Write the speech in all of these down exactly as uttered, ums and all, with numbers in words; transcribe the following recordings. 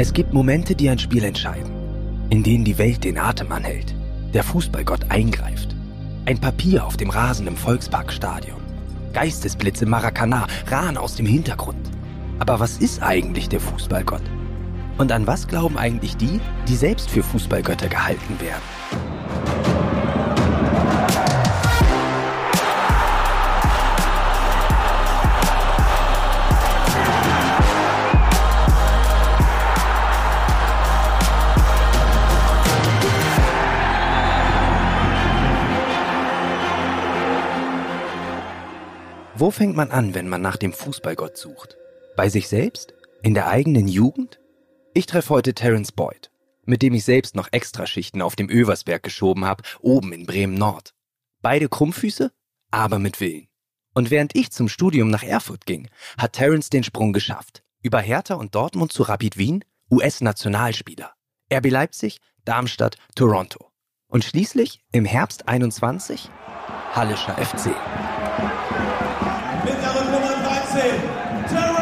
Es gibt Momente, die ein Spiel entscheiden, in denen die Welt den Atem anhält, der Fußballgott eingreift. Ein Papier auf dem Rasen im Volksparkstadion, Geistesblitze im Maracanã, Rahn aus dem Hintergrund. Aber was ist eigentlich der Fußballgott? Und an was glauben eigentlich die, die selbst für Fußballgötter gehalten werden? Wo fängt man an, wenn man nach dem Fußballgott sucht? Bei sich selbst? In der eigenen Jugend? Ich treffe heute Terence Boyd, mit dem ich selbst noch Extraschichten auf dem Översberg geschoben habe, oben in Bremen-Nord. Beide Krummfüße, aber mit Willen. Und während ich zum Studium nach Erfurt ging, hat Terence den Sprung geschafft. Über Hertha und Dortmund zu Rapid Wien, U S-Nationalspieler. R B Leipzig, Darmstadt, Toronto. Und schließlich im Herbst einundzwanzig Hallischer F C. Mittlere Nummer dreizehn, Terence!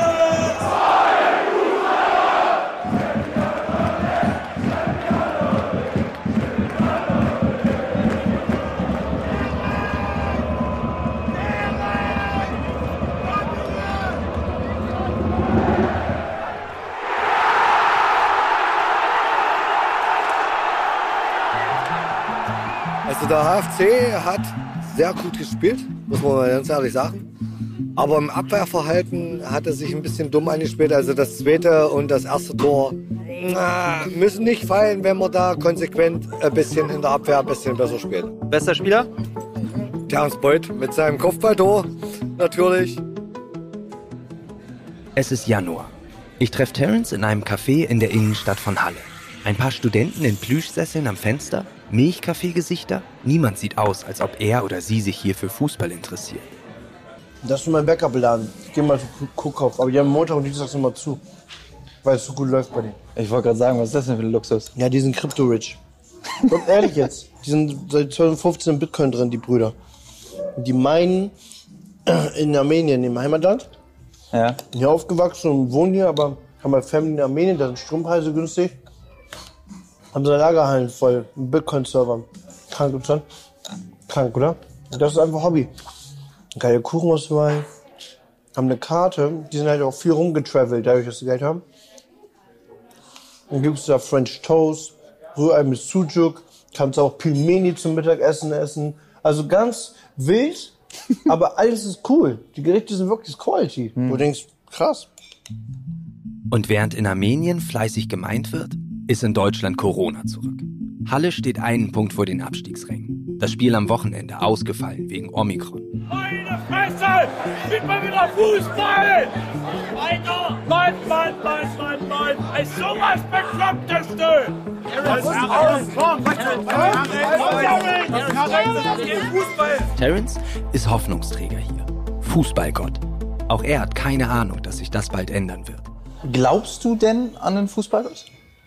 Also der H F C hat sehr gut gespielt, muss man mal ganz ehrlich sagen. Aber im Abwehrverhalten hat er sich ein bisschen dumm angespielt. Also das zweite und das erste Tor na, müssen nicht fallen, wenn man da konsequent ein bisschen in der Abwehr ein bisschen besser spielt. Bester Spieler? Terence Boyd mit seinem Kopfballtor natürlich. Es ist Januar. Ich treffe Terence in einem Café in der Innenstadt von Halle. Ein paar Studenten in Plüschsesseln am Fenster, Milchkaffeegesichter. Niemand sieht aus, als ob er oder sie sich hier für Fußball interessiert. Das ist mein Backup-Laden. Ich geh mal zu Kuhkauf. Aber die haben Montag und Dienstag immer zu. Weil es so gut läuft bei denen. Ich wollte gerade sagen, was ist das denn für ein Luxus? Ja, die sind crypto-rich. Und ehrlich jetzt. Die sind seit zweitausendfünfzehn in Bitcoin drin, die Brüder. Die meinen in Armenien, im Heimatland. Ja. Hier aufgewachsen und wohnen hier, aber haben bei Family in Armenien, da sind Strompreise günstig. Haben so Lagerhallen voll mit Bitcoin-Servern. Krank, oder? Krank, oder? Das ist einfach Hobby. Geile Kuchenauswahl. Haben eine Karte. Die sind halt auch viel rumgetravelt, dadurch, dass sie Geld haben. Dann gibt's da French Toast, Rührei mit Sujuk. Kannst auch Pilmeni zum Mittagessen essen. Also ganz wild, aber alles ist cool. Die Gerichte sind wirklich Quality. Hm. Du denkst, krass. Und während in Armenien fleißig gemeint wird, ist in Deutschland Corona zurück. Halle steht einen Punkt vor den Abstiegsrängen. Das Spiel am Wochenende ausgefallen wegen Omikron. Meine Fresse! Spielt mal wieder Fußball! Weiter! Mann, Mann, Mann, Mann, Mann! Ey, sowas Beklopptes, du! Das ist Terence ist Hoffnungsträger hier. Fußballgott. Auch er hat keine Ahnung, dass sich das bald ändern wird. Glaubst du denn an den Fußballgott?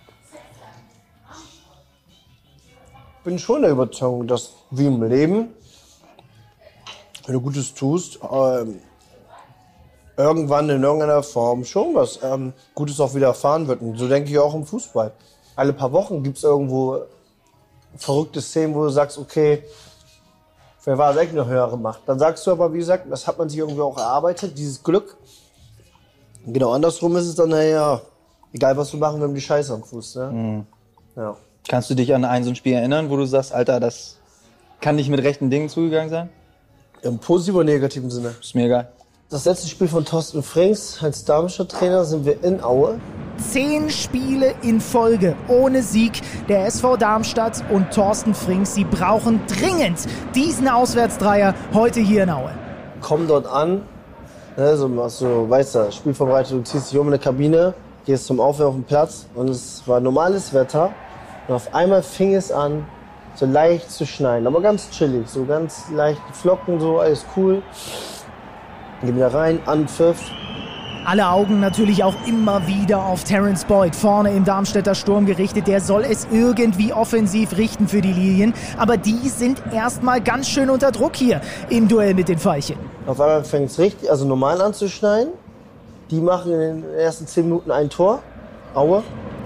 Ich bin schon der Überzeugung, dass wie im Leben, wenn du Gutes tust, ähm, irgendwann in irgendeiner Form schon was ähm, Gutes auch wieder erfahren wird. Und so denke ich auch im Fußball. Alle paar Wochen gibt es irgendwo verrückte Szenen, wo du sagst, okay, wer war es eigentlich eine höhere Macht? Dann sagst du aber, wie gesagt, das hat man sich irgendwie auch erarbeitet, dieses Glück. Genau andersrum ist es dann, naja, egal was wir machen, wir haben die Scheiße am Fuß. Ne? Mhm. Ja. Kannst du dich an ein so ein Spiel erinnern, wo du sagst, Alter, das kann nicht mit rechten Dingen zugegangen sein? Im positiven oder negativen Sinne? Ist mir egal. Das letzte Spiel von Thorsten Frings als Darmstadt-Trainer sind wir in Aue. Zehn Spiele in Folge ohne Sieg. Der S V Darmstadt und Thorsten Frings, sie brauchen dringend diesen Auswärtsdreier heute hier in Aue. Komm dort an, ne, so, so, weißt du, Spielvorbereitung, du ziehst dich um in der Kabine, gehst zum Aufwärmen auf den Platz und es war normales Wetter. Und auf einmal fing es an, so leicht zu schneien, aber ganz chillig, so ganz leicht Flocken, so alles cool. Geh wieder rein, Anpfiff. Alle Augen natürlich auch immer wieder auf Terence Boyd, vorne im Darmstädter Sturm gerichtet. Der soll es irgendwie offensiv richten für die Lilien. Aber die sind erstmal ganz schön unter Druck hier im Duell mit den Veilchen. Auf einmal fängt es richtig, also normal an zu schneien. Die machen in den ersten zehn Minuten ein Tor, Aue.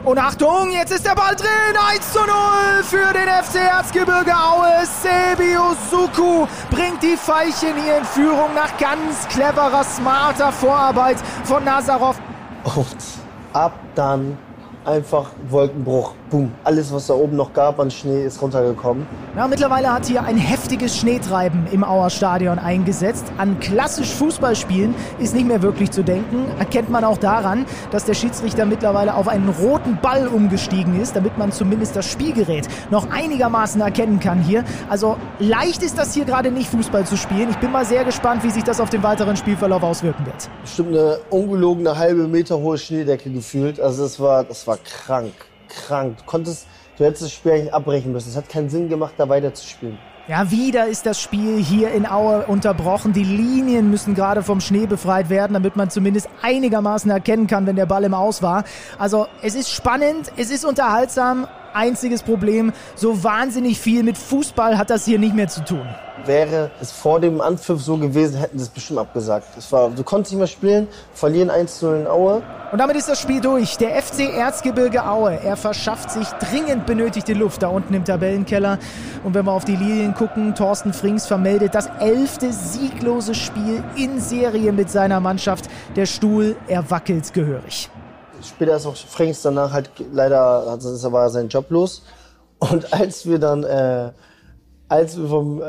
Und Achtung, jetzt ist der Ball drin. eins zu null für den F C Erzgebirge Aue. Selbi Osuku bringt die Veilchen hier in Führung nach ganz cleverer, smarter Vorarbeit von Nazarov. Und ab dann einfach Wolkenbruch. Boom. Alles, was da oben noch gab an Schnee, ist runtergekommen. Ja, mittlerweile hat hier ein heftiges Schneetreiben im Auer Stadion eingesetzt. An klassisch Fußballspielen ist nicht mehr wirklich zu denken. Erkennt man auch daran, dass der Schiedsrichter mittlerweile auf einen roten Ball umgestiegen ist, damit man zumindest das Spielgerät noch einigermaßen erkennen kann hier. Also leicht ist das hier gerade nicht, Fußball zu spielen. Ich bin mal sehr gespannt, wie sich das auf den weiteren Spielverlauf auswirken wird. Bestimmt eine ungelogene halbe Meter hohe Schneedecke gefühlt. Also das war, das war krank. Krank. Du konntest, du hättest das Spiel eigentlich abbrechen müssen. Es hat keinen Sinn gemacht, da weiterzuspielen. Ja, wieder ist das Spiel hier in Aue unterbrochen. Die Linien müssen gerade vom Schnee befreit werden, damit man zumindest einigermaßen erkennen kann, wenn der Ball im Aus war. Also es ist spannend, es ist unterhaltsam. Einziges Problem, so wahnsinnig viel mit Fußball hat das hier nicht mehr zu tun. Wäre es vor dem Anpfiff so gewesen, hätten sie es bestimmt abgesagt. Es war, du konntest nicht mehr spielen, verlieren eins zu null in Aue. Und damit ist das Spiel durch. Der F C Erzgebirge Aue, er verschafft sich dringend benötigte Luft da unten im Tabellenkeller. Und wenn wir auf die Linien gucken, Thorsten Frings vermeldet das elfte sieglose Spiel in Serie mit seiner Mannschaft. Der Stuhl, er wackelt gehörig. Später ist auch Frings danach halt leider, also war sein Job los. Und als wir dann, äh, als wir vom,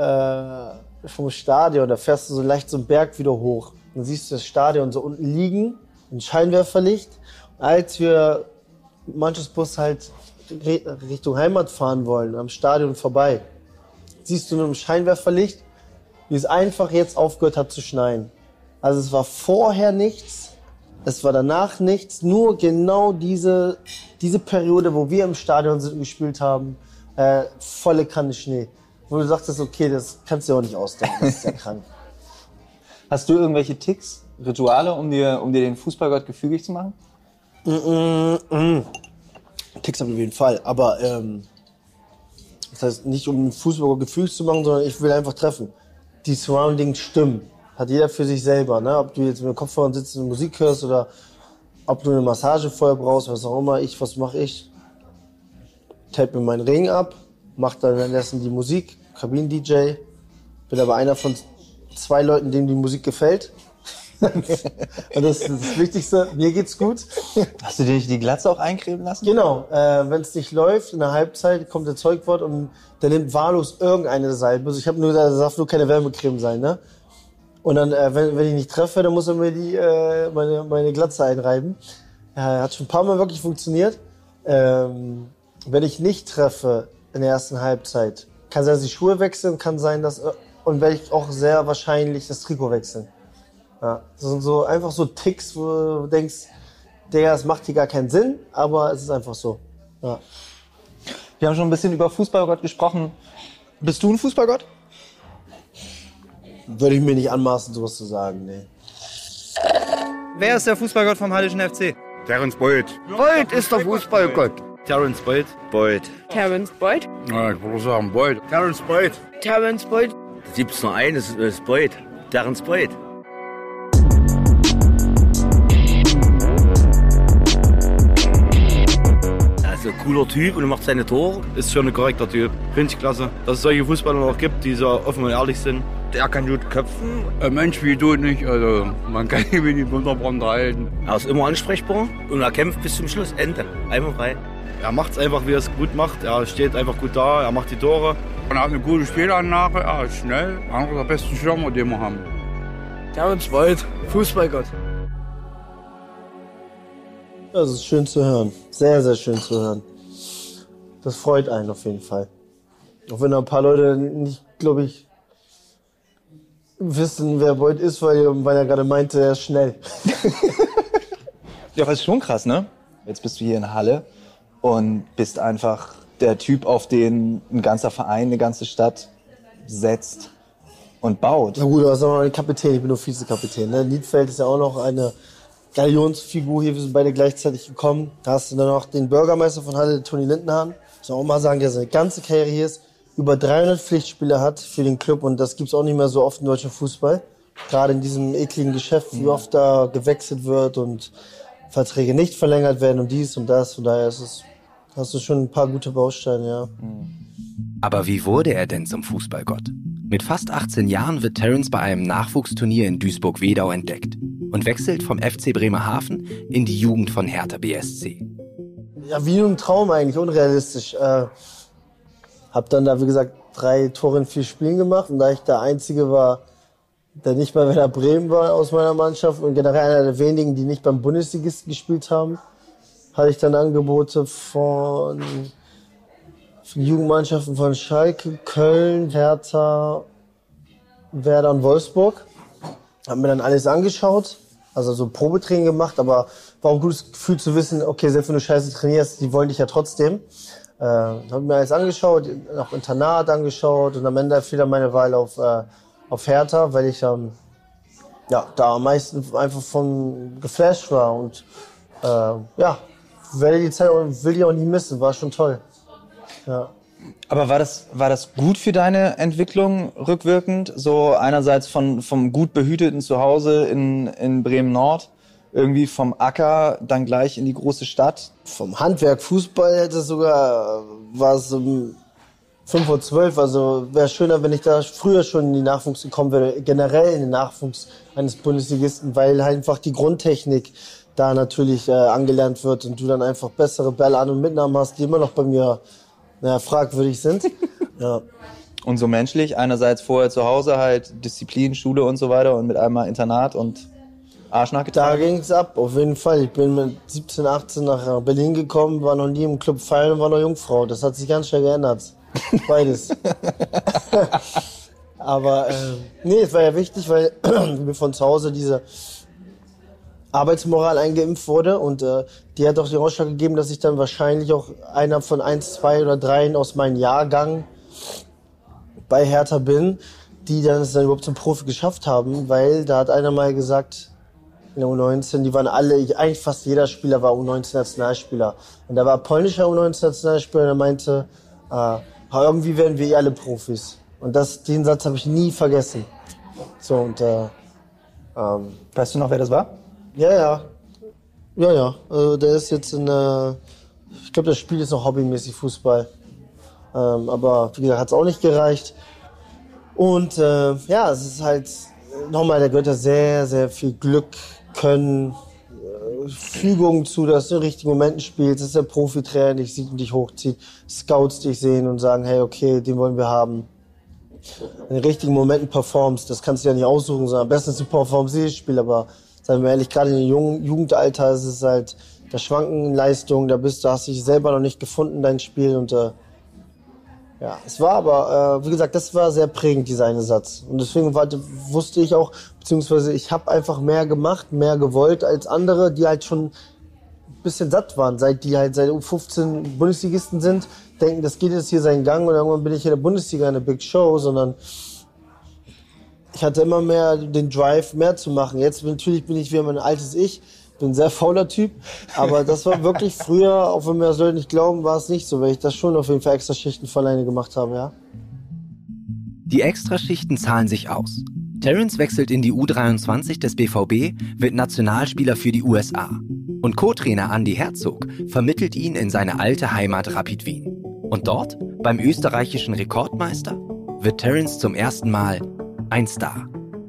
äh, vom Stadion, da fährst du so leicht so einen Berg wieder hoch. Dann siehst du das Stadion so unten liegen, ein Scheinwerferlicht. Und als wir manches Bus halt Richtung Heimat fahren wollen, am Stadion vorbei, siehst du nur im Scheinwerferlicht, wie es einfach jetzt aufgehört hat zu schneien. Also es war vorher nichts. Es war danach nichts, nur genau diese, diese Periode, wo wir im Stadion sind und gespielt haben, äh, volle Kanne Schnee. Wo du sagtest, okay, das kannst du dir auch nicht ausdenken, das ist ja krank. Hast du irgendwelche Ticks, Rituale, um dir, um dir den Fußballgott gefügig zu machen? Mm, mm, mm. Ticks auf jeden Fall, aber ähm, das heißt nicht, um den Fußballgott gefügig zu machen, sondern ich will einfach treffen. Die Surroundings stimmen. Hat jeder für sich selber, ne? Ob du jetzt mit dem Kopfhörer sitzt und Musik hörst oder ob du eine Massage vorher brauchst, was auch immer. Ich, was mache ich? Tape mir meinen Ring ab, mach dann währenddessen die Musik, Kabinen-D J. Bin aber einer von zwei Leuten, denen die Musik gefällt. Und das ist das Wichtigste. Mir geht's gut. Hast du dir nicht die Glatze auch eincremen lassen? Genau. Äh, wenn es nicht läuft, in der Halbzeit kommt der Zeugwart und der nimmt wahllos irgendeine Salbe. Also ich habe nur gesagt, das darf nur keine Wärmecreme sein, ne? Und dann, äh, wenn, wenn ich nicht treffe, dann muss er mir die, äh, meine, meine Glatze einreiben. Äh, hat schon ein paar Mal wirklich funktioniert. Ähm, wenn ich nicht treffe in der ersten Halbzeit, kann sein, dass die Schuhe wechseln, kann sein, dass, äh, und werde ich auch sehr wahrscheinlich das Trikot wechseln. Ja, das sind so einfach so Ticks, wo du denkst, Digga, das macht hier gar keinen Sinn, aber es ist einfach so. Ja. Wir haben schon ein bisschen über Fußballgott gesprochen. Bist du ein Fußballgott? Würde ich mir nicht anmaßen, sowas zu sagen, nee. Wer ist der Fußballgott vom Hallischen F C? Terence Boyd. Boyd ist der Fußballgott. Terence Boyd. Boyd. Terence Boyd. Ja, ich würde sagen Boyd. Terence Boyd. Terence Boyd. Da gibt's nur einen, das ist Boyd. Terence Boyd. Also cooler Typ und er macht seine Tore. Ist schon ein korrekter Typ. Finde ich klasse. Dass es solche Fußballer noch gibt, die so offen und ehrlich sind. Der kann gut köpfen. Ein Mensch wie du nicht, also man kann ihn nicht wunderbar unterhalten. Er ist immer ansprechbar und er kämpft bis zum Schluss. Ende. Einmal frei. Er macht es einfach, wie er es gut macht. Er steht einfach gut da, er macht die Tore. Er hat eine gute Spielanlage, er ist schnell. Einer der besten Stürmer, die wir haben. Terence Boyd, Fußballgott. Das ist schön zu hören. Sehr, sehr schön zu hören. Das freut einen auf jeden Fall. Auch wenn da ein paar Leute nicht, glaube ich, wissen, wer Boyd ist, weil, weil er gerade meinte, er ist schnell. Ja, aber ist schon krass, ne? Jetzt bist du hier in Halle und bist einfach der Typ, auf den ein ganzer Verein, eine ganze Stadt setzt und baut. Na gut, aber sag mal, Kapitän, ich bin nur Vizekapitän. Ne? Liedfeld ist ja auch noch eine Galionsfigur hier, wir sind beide gleichzeitig gekommen. Da hast du dann noch den Bürgermeister von Halle, Toni Lindenhahn. Ich muss auch mal sagen, der seine ganze Karriere hier ist, über dreihundert Pflichtspiele hat für den Club und das gibt's auch nicht mehr so oft im deutschen Fußball. Gerade in diesem ekligen Geschäft, wie oft da gewechselt wird und Verträge nicht verlängert werden und dies und das. Von daher ist es, hast du schon ein paar gute Bausteine, ja. Aber wie wurde er denn zum Fußballgott? Mit fast achtzehn Jahren wird Terence bei einem Nachwuchsturnier in Duisburg-Wedau entdeckt und wechselt vom F C Bremerhaven in die Jugend von Hertha B S C. Ja, wie nur ein Traum eigentlich, unrealistisch. Äh, hab dann da, wie gesagt, drei Tore in vier Spielen gemacht und da ich der Einzige war, der nicht bei Werder Bremen war aus meiner Mannschaft und generell einer der wenigen, die nicht beim Bundesligisten gespielt haben, hatte ich dann Angebote von, von Jugendmannschaften von Schalke, Köln, Hertha, Werder und Wolfsburg. Hab mir dann alles angeschaut, also so Probetraining gemacht, aber war auch ein gutes Gefühl zu wissen, okay, selbst wenn du scheiße trainierst, die wollen dich ja trotzdem. Äh, hab mir alles angeschaut, auch Internat angeschaut und am Ende fiel dann meine Wahl auf, äh, auf Hertha, weil ich ähm, ja, da am meisten einfach von geflasht war und äh, ja, werde die Zeit will die auch nie missen, war schon toll. Ja. Aber war das, war das gut für deine Entwicklung rückwirkend? So einerseits von, vom gut behüteten Zuhause in, in Bremen-Nord, irgendwie vom Acker, dann gleich in die große Stadt? Vom Handwerk Fußball hätte es sogar, war es um fünf Uhr zwölf, also wäre schöner, wenn ich da früher schon in die Nachwuchs gekommen wäre, generell in den Nachwuchs eines Bundesligisten, weil halt einfach die Grundtechnik da natürlich äh, angelernt wird und du dann einfach bessere Bälle an- und Mitnahmen hast, die immer noch bei mir naja, fragwürdig sind. Ja. Und so menschlich, einerseits vorher zu Hause halt Disziplin, Schule und so weiter und mit einmal Internat und Arsch nachgetragen? Da ging's ab, auf jeden Fall. Ich bin mit siebzehn, achtzehn nach Berlin gekommen, war noch nie im Club feiern und war noch Jungfrau. Das hat sich ganz schnell geändert. Beides. Aber äh, nee, es war ja wichtig, weil mir von zu Hause diese Arbeitsmoral eingeimpft wurde und äh, die hat auch den Ausschlag gegeben, dass ich dann wahrscheinlich auch einer von eins, zwei oder dreien aus meinem Jahrgang bei Hertha bin, die dann es dann überhaupt zum Profi geschafft haben, weil da hat einer mal gesagt, in der U neunzehn, die waren alle, eigentlich fast jeder Spieler war U neunzehn-Nationalspieler. Und da war ein polnischer U neunzehn-Nationalspieler und er meinte, äh, irgendwie werden wir eh alle Profis. Und das, den Satz habe ich nie vergessen. So, und, äh, ähm, weißt du noch, wer das war? Ja, ja. Ja, ja. Also der ist jetzt in, äh, ich glaube, das Spiel ist noch hobbymäßig Fußball. Ähm, aber wie gesagt, hat es auch nicht gereicht. Und äh, ja, es ist halt, nochmal, da gehört ja sehr, sehr viel Glück, Können, äh, Fügung zu, dass du in den richtigen Momenten spielst, dass der Profitrainer dich sieht und dich hochzieht, Scouts dich sehen und sagen, hey, okay, den wollen wir haben. In den richtigen Momenten performst, das kannst du ja nicht aussuchen, sondern am besten ist du performst jedes Spiel, aber seien wir ehrlich, gerade in dem jungen Jugendalter ist es halt, da schwanken Leistungen, da bist du, hast dich selber noch nicht gefunden, dein Spiel und äh, ja, es war aber, äh, wie gesagt, das war sehr prägend, dieser eine Satz. Und deswegen war, wusste ich auch, beziehungsweise ich habe einfach mehr gemacht, mehr gewollt als andere, die halt schon ein bisschen satt waren, seit die halt seit U fünfzehn Bundesligisten sind, denken, das geht jetzt hier seinen Gang und irgendwann bin ich in der Bundesliga, in der Big Show, sondern ich hatte immer mehr den Drive, mehr zu machen. Jetzt natürlich bin ich wieder mein altes Ich, bin ein sehr fauler Typ, aber das war wirklich früher, auch wenn mir das Leute nicht glauben, war es nicht so, weil ich das schon auf jeden Fall extra Schichten von alleine gemacht habe, ja. Die Extraschichten zahlen sich aus. Terence wechselt in die U dreiundzwanzig des B V B, wird Nationalspieler für die U S A. Und Co-Trainer Andi Herzog vermittelt ihn in seine alte Heimat Rapid Wien. Und dort, beim österreichischen Rekordmeister, wird Terence zum ersten Mal ein Star.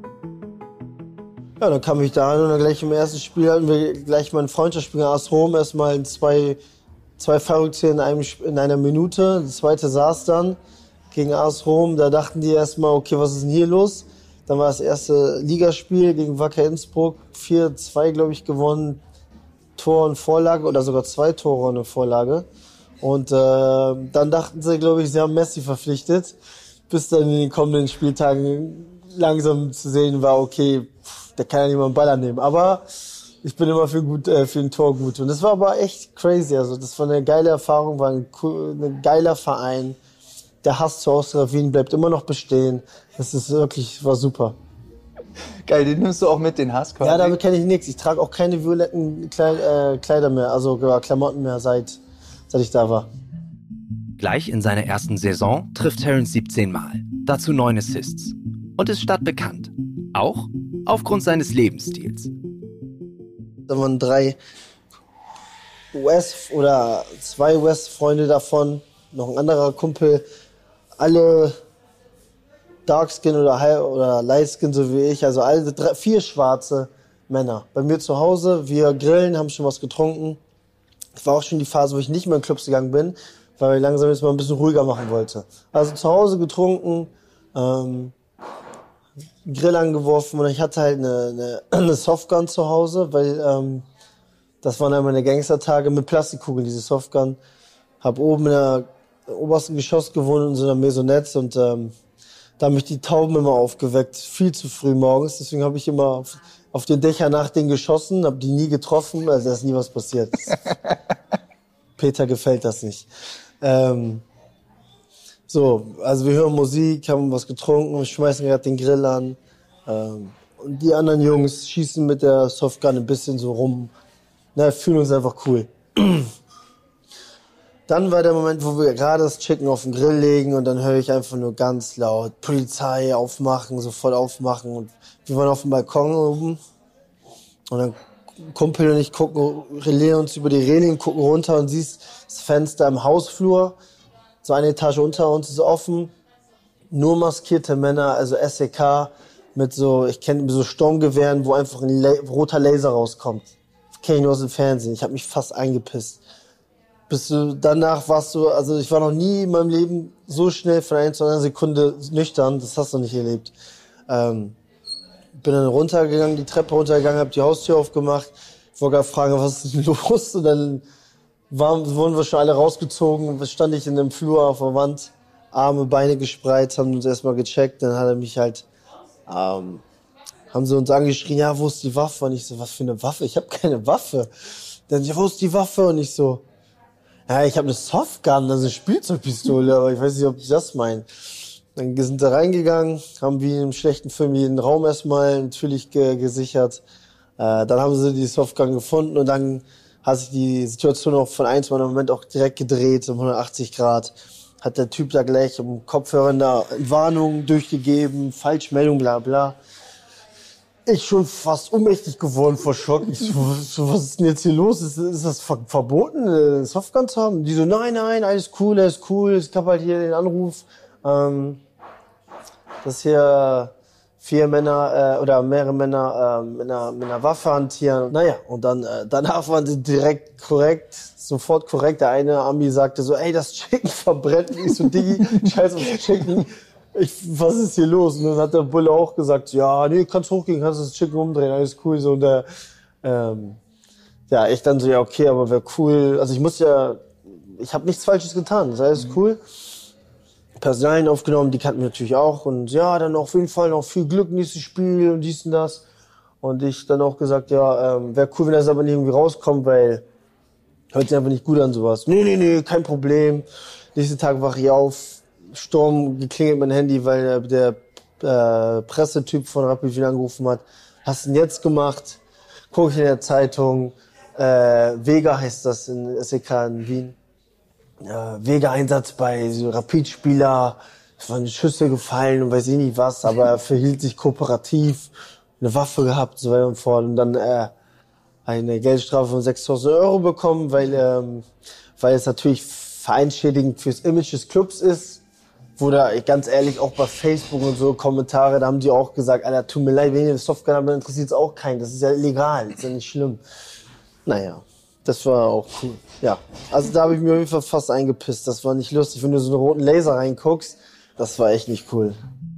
Ja, dann kam ich da und dann gleich im ersten Spiel hatten wir gleich mal ein Freundschaftsspiel gegen A S Rom. Erstmal zwei, zwei Verrückte in, einem, in einer Minute. Das zweite saß dann gegen A S Rom. Da dachten die erstmal, okay, was ist denn hier los? Dann war das erste Ligaspiel gegen Wacker Innsbruck. vier zwei, glaube ich, gewonnen. Tor und Vorlage oder sogar zwei Tore und eine Vorlage. Und äh, dann dachten sie, glaube ich, sie haben Messi verpflichtet. Bis dann in den kommenden Spieltagen langsam zu sehen war, okay, pff, der kann ja nicht mal einen Ball annehmen. Aber ich bin immer für, gut, äh, für ein Tor gut. Und das war aber echt crazy. Also das war eine geile Erfahrung, war ein, ein geiler Verein. Der Hass zu Austria Wien bleibt immer noch bestehen. Das ist wirklich, war super. Geil, den nimmst du auch mit, den Hass quasi? Ja, damit kenne ich nichts. Ich trage auch keine violetten Kleid, äh, Kleider mehr, also Klamotten mehr, seit, seit ich da war. Gleich in seiner ersten Saison trifft Terence siebzehn Mal, dazu neun Assists. Und ist stadtbekannt. Auch aufgrund seines Lebensstils. Da waren drei U S oder zwei U S-Freunde davon, noch ein anderer Kumpel, alle Darkskin oder, High oder Lightskin, so wie ich, also alle drei, vier schwarze Männer. Bei mir zu Hause, wir grillen, haben schon was getrunken. Es war auch schon die Phase, wo ich nicht mehr in Clubs gegangen bin, weil ich langsam jetzt mal ein bisschen ruhiger machen wollte. Also zu Hause getrunken, ähm, Grill angeworfen und ich hatte halt eine, eine, eine Softgun zu Hause, weil ähm, das waren dann meine Gangstertage mit Plastikkugeln, diese Softgun. Hab oben in der obersten Geschoss gewohnt in so einer Maisonette und ähm, da haben mich die Tauben immer aufgeweckt, viel zu früh morgens. Deswegen habe ich immer auf, auf den Dächern nach denen geschossen, habe die nie getroffen, also da ist nie was passiert. Peter gefällt das nicht. Ähm, so, also wir hören Musik, haben was getrunken, wir schmeißen gerade den Grill an. Ähm, und die anderen Jungs schießen mit der Softgun ein bisschen so rum. Na, fühlen uns einfach cool. Dann war der Moment, wo wir gerade das Chicken auf den Grill legen und dann höre ich einfach nur ganz laut Polizei aufmachen, sofort aufmachen. Und wir waren auf dem Balkon oben und dann Kumpel und ich gucken, lehnen uns über die Reling, gucken runter und siehst das Fenster im Hausflur, so eine Etage unter uns ist offen, nur maskierte Männer, also S E K mit so, ich kenne so Sturmgewehren, wo einfach ein La- roter Laser rauskommt. Das kenne ich nur aus dem Fernsehen. Ich habe mich fast eingepisst. Bis du danach warst du, also ich war noch nie in meinem Leben so schnell von einer zu einer Sekunde nüchtern, das hast du nicht erlebt. Ähm, bin dann runtergegangen, die Treppe runtergegangen, habe die Haustür aufgemacht, wollte gerade fragen, was ist denn los? Und dann waren, wurden wir schon alle rausgezogen, stand ich in dem Flur auf der Wand, Arme, Beine gespreizt, haben uns erstmal gecheckt, dann hat er mich halt, ähm, haben sie uns angeschrien, ja, wo ist die Waffe? Und ich so, was für eine Waffe? Ich habe keine Waffe. Dann, ja, wo ist die Waffe? Und ich so, ja, ich habe eine Softgun, also eine Spielzeugpistole, aber ich weiß nicht, ob ich das meine. Dann sind wir reingegangen, haben wie in einem schlechten Film jeden Raum erstmal natürlich ge- gesichert. Äh, dann haben sie die Softgun gefunden und dann hat sich die Situation auch von einem Moment auch direkt gedreht, um hundertachtzig Grad. Hat der Typ da gleich im Kopfhörer eine Warnung durchgegeben, Falschmeldung, bla bla. Ich schon fast ohnmächtig geworden vor Schock. Ich so, so, was ist denn jetzt hier los? Ist, ist das ver- verboten, eine Softgun zu haben? Die so, nein, nein, alles cool, alles cool. Ich hab halt hier den Anruf, ähm, dass hier vier Männer äh, oder mehrere Männer äh, mit, einer, mit einer Waffe hantieren. Naja, und dann äh, danach waren sie direkt korrekt, sofort korrekt. Der eine Ami sagte so, ey, das Chicken verbrennt. Und ich so, Diggi, scheiß auf das Chicken. Ich, was ist hier los? Und dann hat der Bulle auch gesagt, ja, nee, kannst hochgehen, kannst das Chicken umdrehen, alles cool. So, und der, ähm, ja, ich dann so, ja, okay, aber wäre cool. Also ich muss ja, ich habe nichts Falsches getan, das ist alles cool. Personalien aufgenommen, die kannten wir natürlich auch. Und ja, dann auf jeden Fall noch viel Glück, nächstes Spiel und dies und das. Und ich dann auch gesagt, ja, ähm, wäre cool, wenn das aber nicht irgendwie rauskommt, weil hört sich einfach nicht gut an, sowas. Nee, nee, nee, kein Problem. Nächsten Tag wache ich auf, Sturm, geklingelt mein Handy, weil der, der äh, Pressetyp von Rapid Wien angerufen hat. Hast du denn jetzt gemacht? Guck ich in der Zeitung. Äh, Vega heißt das in S E K in Wien. Äh, Vega-Einsatz bei so Rapid-Spieler. Es waren Schüsse gefallen und weiß ich nicht was, aber er verhielt sich kooperativ. Eine Waffe gehabt, so weiter und fort. Und dann äh, eine Geldstrafe von sechstausend Euro bekommen, weil, ähm, weil es natürlich vereinschädigend fürs Image des Clubs ist. Wo da, ganz ehrlich, auch bei Facebook und so Kommentare, da haben die auch gesagt, Alter, tut mir leid, wenn ihr Softgun habt, dann interessiert es auch keinen. Das ist ja illegal, das ist ja nicht schlimm. Naja, das war auch cool. Ja, also da habe ich mir auf jeden Fall fast eingepisst. Das war nicht lustig, wenn du so einen roten Laser reinguckst. Das war echt nicht cool.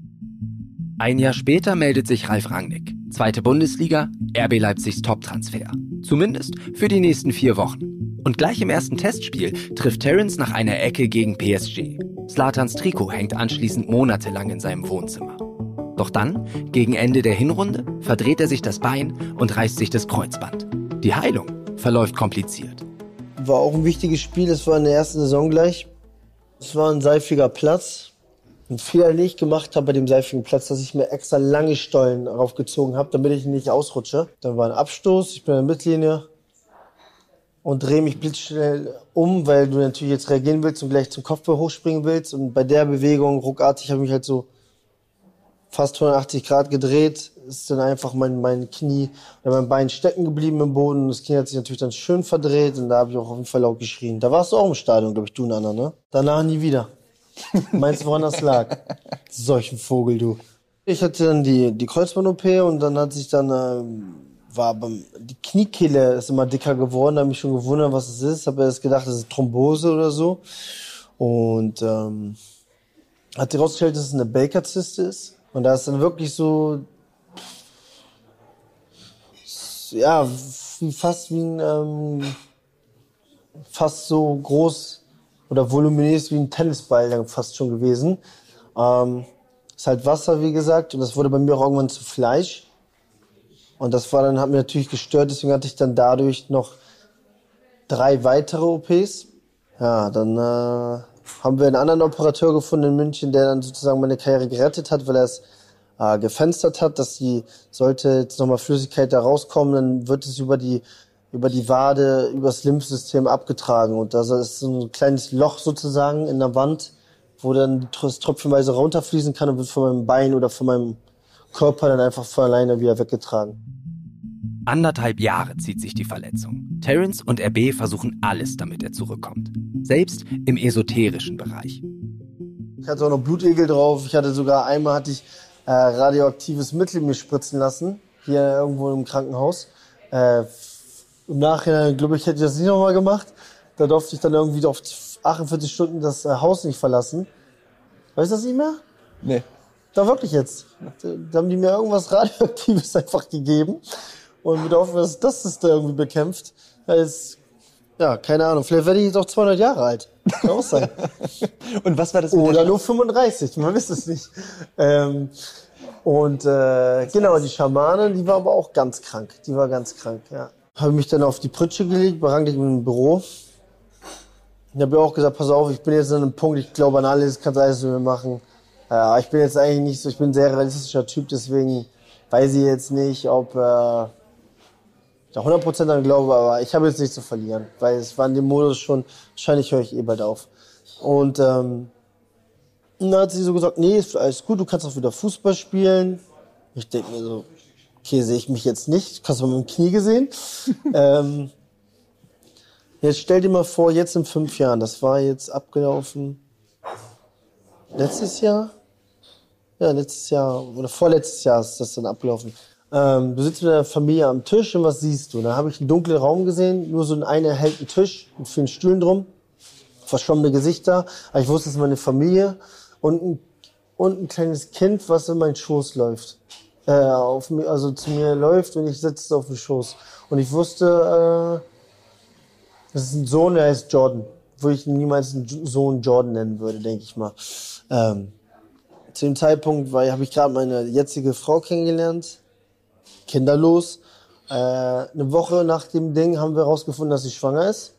Ein Jahr später meldet sich Ralf Rangnick. Zweite Bundesliga, R B Leipzigs Top-Transfer. Zumindest für die nächsten vier Wochen. Und gleich im ersten Testspiel trifft Terence nach einer Ecke gegen P S G. Zlatans Trikot hängt anschließend monatelang in seinem Wohnzimmer. Doch dann, gegen Ende der Hinrunde, verdreht er sich das Bein und reißt sich das Kreuzband. Die Heilung verläuft kompliziert. War auch ein wichtiges Spiel, das war in der ersten Saison gleich. Es war ein seifiger Platz. Ein Fehler, den ich gemacht habe bei dem seifigen Platz, dass ich mir extra lange Stollen raufgezogen habe, damit ich nicht ausrutsche. Dann war ein Abstoß, ich bin in der Mittellinie und drehe mich blitzschnell um, weil du natürlich jetzt reagieren willst und gleich zum Kopfball hochspringen willst. Und bei der Bewegung, ruckartig, habe ich mich halt so fast hundertachtzig Grad gedreht, ist dann einfach mein, mein Knie oder mein Bein stecken geblieben im Boden. Das Knie hat sich natürlich dann schön verdreht und da habe ich auch auf jeden Fall laut geschrien. Da warst du auch im Stadion, glaube ich, du und Anna, ne? Danach nie wieder. Meinst du, woran das lag? Solch ein Vogel, du. Ich hatte dann die, die Kreuzband-O P und dann hat sich dann, äh, war beim, die Kniekehle ist immer dicker geworden. Da habe ich mich schon gewundert, was es ist. Habe erst gedacht, das ist Thrombose oder so. Und ähm, hat sich rausgestellt, dass es eine Baker-Zyste ist. Und da ist dann wirklich so, ja, fast wie ein, ähm, fast so groß oder voluminös wie ein Tennisball dann fast schon gewesen. Ähm, ist halt Wasser, wie gesagt, und das wurde bei mir auch irgendwann zu Fleisch. Und das war dann, hat mir natürlich gestört, deswegen hatte ich dann dadurch noch drei weitere O Ps. Ja, dann äh, haben wir einen anderen Operateur gefunden in München, der dann sozusagen meine Karriere gerettet hat, weil er es äh, gefenstert hat, dass die, sollte jetzt nochmal Flüssigkeit da rauskommen, dann wird es über die, über die Wade, übers Lymphsystem abgetragen. Und da ist so ein kleines Loch sozusagen in der Wand, wo dann das tröpfchenweise runterfließen kann und wird von meinem Bein oder von meinem Körper dann einfach von alleine wieder weggetragen. Anderthalb Jahre zieht sich die Verletzung. Terence und R B versuchen alles, damit er zurückkommt. Selbst im esoterischen Bereich. Ich hatte auch noch Blutegel drauf. Ich hatte sogar einmal hatte ich äh, radioaktives Mittel mir spritzen lassen. Hier irgendwo im Krankenhaus. Äh, Im Nachhinein, glaube ich, hätte ich das nicht nochmal gemacht. Da durfte ich dann irgendwie auf achtundvierzig Stunden das äh, Haus nicht verlassen. Weißt du das nicht mehr? Nee. Da wirklich jetzt. Da haben die mir irgendwas Radioaktives einfach gegeben. Und wir hoffen, dass das ist da irgendwie bekämpft. Ist, ja, keine Ahnung. Vielleicht werde ich jetzt auch zweihundert Jahre alt. Kann auch sein. Und was war das? Oder nur fünfunddreißig. Man weiß es nicht. Ähm, und äh, genau, die Schamane, die war aber auch ganz krank. Die war ganz krank, ja. Habe mich dann auf die Pritsche gelegt, bei Rangnick im Büro. Ich habe ja auch gesagt, pass auf, ich bin jetzt an einem Punkt, ich glaube an alles, kannst alles mit mir machen. Ja, ich bin jetzt eigentlich nicht so, ich bin ein sehr realistischer Typ, deswegen weiß ich jetzt nicht, ob äh, ich da hundert Prozent an glaube, aber ich habe jetzt nichts zu verlieren, weil es war in dem Modus schon, wahrscheinlich höre ich eh bald auf. Und ähm, dann hat sie so gesagt, nee, ist alles gut, du kannst auch wieder Fußball spielen. Ich denke mir so, okay, sehe ich mich jetzt nicht, hast du mal mit dem Knie gesehen. ähm, jetzt stell dir mal vor, jetzt in fünf Jahren, das war jetzt abgelaufen letztes Jahr? Ja, letztes Jahr oder vorletztes Jahr ist das dann abgelaufen. Ähm, du sitzt mit deiner Familie am Tisch und was siehst du? Da habe ich einen dunklen Raum gesehen, nur so einen erhellten Tisch mit vielen Stühlen drum, verschwommene Gesichter. Aber ich wusste, es ist meine Familie und ein, und ein kleines Kind, was in meinen Schoß läuft. Äh, auf mir, also zu mir läuft und ich sitze auf dem Schoß. Und ich wusste, äh, das ist ein Sohn, der heißt Jordan. Würde ich niemals einen Sohn Jordan nennen würde, denke ich mal. Ähm, zu dem Zeitpunkt habe ich gerade meine jetzige Frau kennengelernt, kinderlos. Äh, eine Woche nach dem Ding haben wir herausgefunden, dass sie schwanger ist.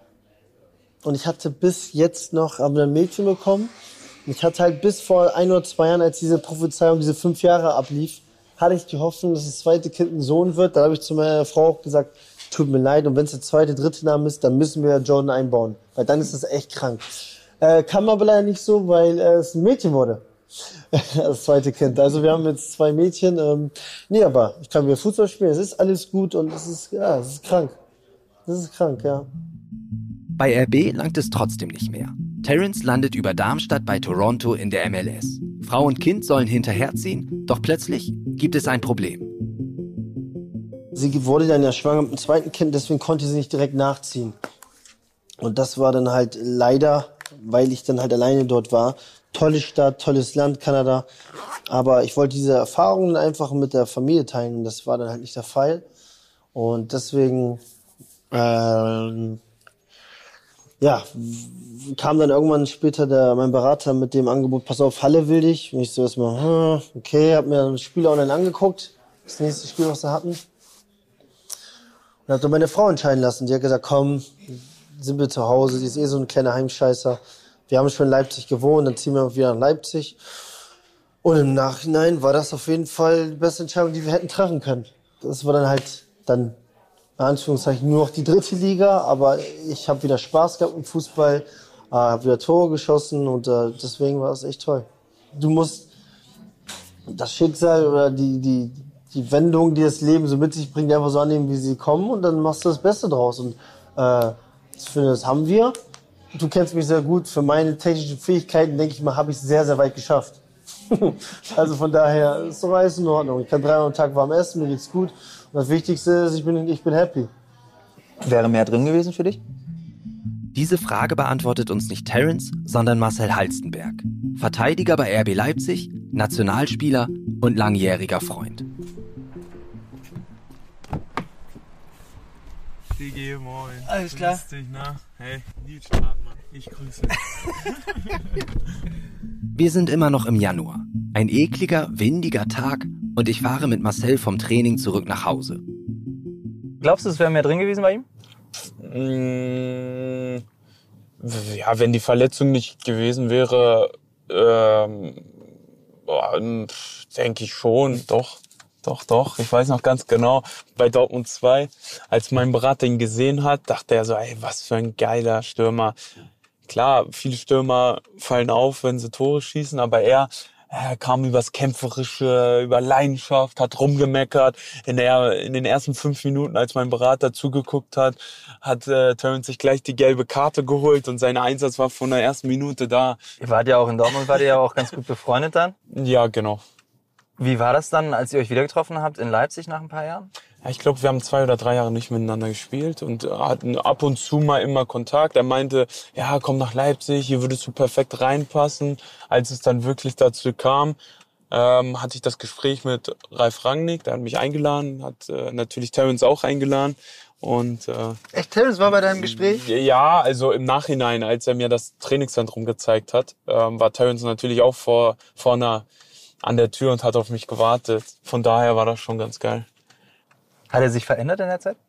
Und ich hatte bis jetzt noch haben wir ein Mädchen bekommen. Und ich hatte halt bis vor ein oder zwei Jahren, als diese Prophezeiung, diese fünf Jahre ablief, hatte ich die Hoffnung, dass das zweite Kind ein Sohn wird. Da habe ich zu meiner Frau auch gesagt, tut mir leid, und wenn es der zweite, dritte Name ist, dann müssen wir Jordan einbauen. Weil dann ist das echt krank. Äh, kam aber leider nicht so, weil äh, es ein Mädchen wurde. Das zweite Kind. Also wir haben jetzt zwei Mädchen. Ähm, nee, aber ich kann wieder Fußball spielen. Es ist alles gut und es ist, ja, es ist krank. Es ist krank, ja. Bei R B langt es trotzdem nicht mehr. Terence landet über Darmstadt bei Toronto in der M L S. Frau und Kind sollen hinterherziehen, doch plötzlich gibt es ein Problem. Sie wurde dann ja schwanger mit dem zweiten Kind, deswegen konnte sie nicht direkt nachziehen. Und das war dann halt leider, weil ich dann halt alleine dort war. Tolle Stadt, tolles Land, Kanada. Aber ich wollte diese Erfahrungen einfach mit der Familie teilen. Das war dann halt nicht der Fall. Und deswegen, ähm, ja, kam dann irgendwann später der, mein Berater mit dem Angebot, pass auf, Halle will dich. Und ich so erstmal, hm, okay, hab mir das Spiel online angeguckt. Das nächste Spiel, was sie hatten. Und hab dann meine Frau entscheiden lassen. Die hat gesagt, komm, sind wir zu Hause. Die ist eh so ein kleiner Heimscheißer. Wir haben schon in Leipzig gewohnt, dann ziehen wir wieder nach Leipzig. Und im Nachhinein war das auf jeden Fall die beste Entscheidung, die wir hätten treffen können. Das war dann halt dann, in Anführungszeichen, nur noch die dritte Liga. Aber ich habe wieder Spaß gehabt im Fußball, äh, habe wieder Tore geschossen und äh, deswegen war es echt toll. Du musst das Schicksal oder die, die, die Wendungen, die das Leben so mit sich bringt, einfach so annehmen, wie sie kommen und dann machst du das Beste draus. Und äh, ich finde, das haben wir. Du kennst mich sehr gut. Für meine technischen Fähigkeiten, denke ich mal, habe ich es sehr, sehr weit geschafft. Also von daher ist doch alles in Ordnung. Ich kann dreimal am Tag warm essen, mir geht's gut. Und das Wichtigste ist, ich bin, ich bin happy. Wäre mehr drin gewesen für dich? Diese Frage beantwortet uns nicht Terence, sondern Marcel Halstenberg. Verteidiger bei R B Leipzig, Nationalspieler und langjähriger Freund. Digi, moin. Alles klar. Grüß dich, na? Hey, Nils Stratmann. Ich grüße. Wir sind immer noch im Januar. Ein ekliger, windiger Tag und ich fahre mit Marcel vom Training zurück nach Hause. Glaubst du, es wäre mehr drin gewesen bei ihm? Mmh, ja, wenn die Verletzung nicht gewesen wäre, ähm, denke ich schon, doch. Doch, doch, ich weiß noch ganz genau, bei Dortmund zwei, als mein Berater ihn gesehen hat, dachte er so, ey, was für ein geiler Stürmer. Klar, viele Stürmer fallen auf, wenn sie Tore schießen, aber er, er kam übers Kämpferische, über Leidenschaft, hat rumgemeckert. In, der, in den ersten fünf Minuten, als mein Berater zugeguckt hat, hat äh, Terence sich gleich die gelbe Karte geholt und sein Einsatz war von der ersten Minute da. Ihr wart ja auch in Dortmund, wart ihr ja auch ganz gut befreundet dann? Ja, genau. Wie war das dann, als ihr euch wieder getroffen habt in Leipzig nach ein paar Jahren? Ja, ich glaube, wir haben zwei oder drei Jahre nicht miteinander gespielt und hatten ab und zu mal immer Kontakt. Er meinte, ja, komm nach Leipzig, hier würdest du perfekt reinpassen. Als es dann wirklich dazu kam, ähm, hatte ich das Gespräch mit Ralf Rangnick, der hat mich eingeladen, hat äh, natürlich Terence auch eingeladen. Und, äh, Echt, Terence war bei deinem Gespräch? Ja, also im Nachhinein, als er mir das Trainingszentrum gezeigt hat, ähm, war Terence natürlich auch vor, vor einer an der Tür und hat auf mich gewartet. Von daher war das schon ganz geil. Hat er sich verändert in der Zeit?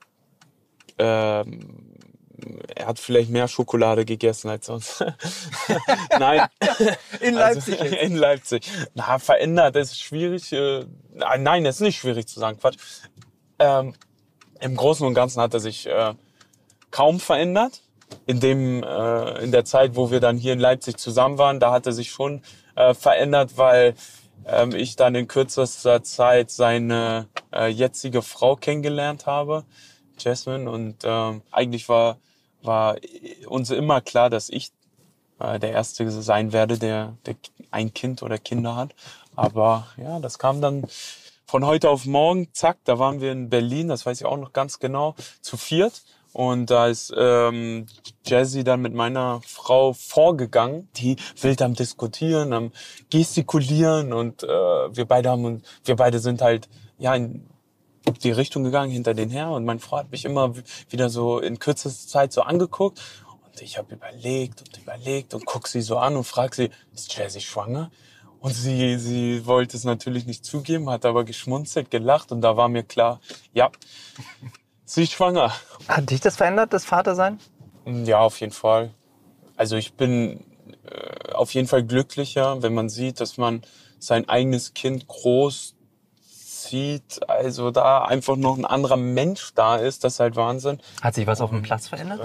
Ähm, er hat vielleicht mehr Schokolade gegessen als sonst. Nein. In Leipzig Also, in Leipzig. Na, verändert ist schwierig. Äh, nein, es ist nicht schwierig zu sagen. Quatsch. Ähm, Im Großen und Ganzen hat er sich äh, kaum verändert. In, dem, äh, in der Zeit, wo wir dann hier in Leipzig zusammen waren, da hat er sich schon äh, verändert, weil ähm, ich dann in kürzester Zeit seine äh, jetzige Frau kennengelernt habe, Jasmine. Und ähm, eigentlich war, war uns immer klar, dass ich äh, der Erste sein werde, der, der ein Kind oder Kinder hat. Aber ja, das kam dann von heute auf morgen, zack, da waren wir in Berlin, das weiß ich auch noch ganz genau, zu viert. Und da ist ähm, Jazzy dann mit meiner Frau vorgegangen, die wild am Diskutieren, am Gestikulieren und äh, wir beide haben wir beide sind halt ja in die Richtung gegangen hinter den her und meine Frau hat mich immer wieder so in kürzester Zeit so angeguckt und ich habe überlegt und überlegt und guck sie so an und frag sie, ist Jazzy schwanger? Und sie sie wollte es natürlich nicht zugeben, hat aber geschmunzelt, gelacht und da war mir klar, ja. Sie ist schwanger. Hat dich das verändert, das Vatersein? Ja, auf jeden Fall. Also ich bin äh, auf jeden Fall glücklicher, wenn man sieht, dass man sein eigenes Kind groß sieht. Also da einfach noch ein anderer Mensch da ist, das ist halt Wahnsinn. Hat sich was auf dem Platz verändert?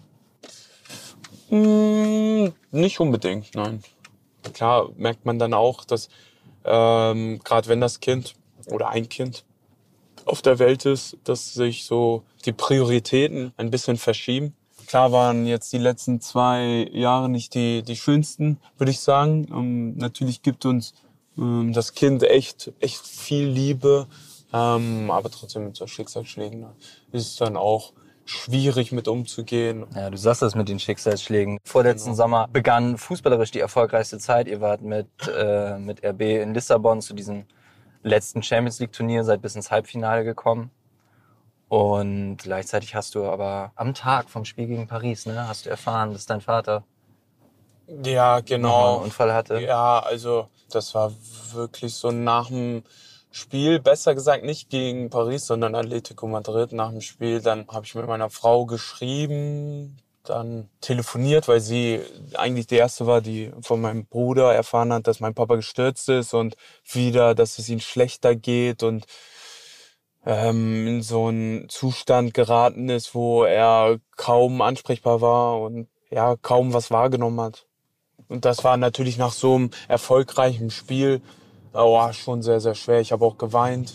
Ähm, mh, nicht unbedingt, nein. Klar merkt man dann auch, dass ähm, gerade wenn das Kind oder ein Kind auf der Welt ist, dass sich so die Prioritäten ein bisschen verschieben. Klar waren jetzt die letzten zwei Jahre nicht die, die schönsten, würde ich sagen. Ähm, natürlich gibt uns ähm, das Kind echt, echt viel Liebe. Ähm, aber trotzdem mit so Schicksalsschlägen ist es dann auch schwierig mit umzugehen. Ja, du sagst das mit den Schicksalsschlägen. Vorletzten genau. Sommer begann fußballerisch die erfolgreichste Zeit. Ihr wart mit, äh, mit R B in Lissabon zu diesem letzten Champions League Turnier, seid bis ins Halbfinale gekommen und gleichzeitig hast du aber am Tag vom Spiel gegen Paris, ne, hast du erfahren, dass dein Vater ja genau einen Unfall hatte. Ja, also das war wirklich so nach dem Spiel, besser gesagt nicht gegen Paris, sondern Atletico Madrid. Nach dem Spiel, dann habe ich mit meiner Frau geschrieben, dann telefoniert, weil sie eigentlich die erste war, die von meinem Bruder erfahren hat, dass mein Papa gestürzt ist und wieder, dass es ihm schlechter geht und ähm, in so einen Zustand geraten ist, wo er kaum ansprechbar war und ja kaum was wahrgenommen hat. Und das war natürlich nach so einem erfolgreichen Spiel oh, schon sehr, sehr schwer. Ich habe auch geweint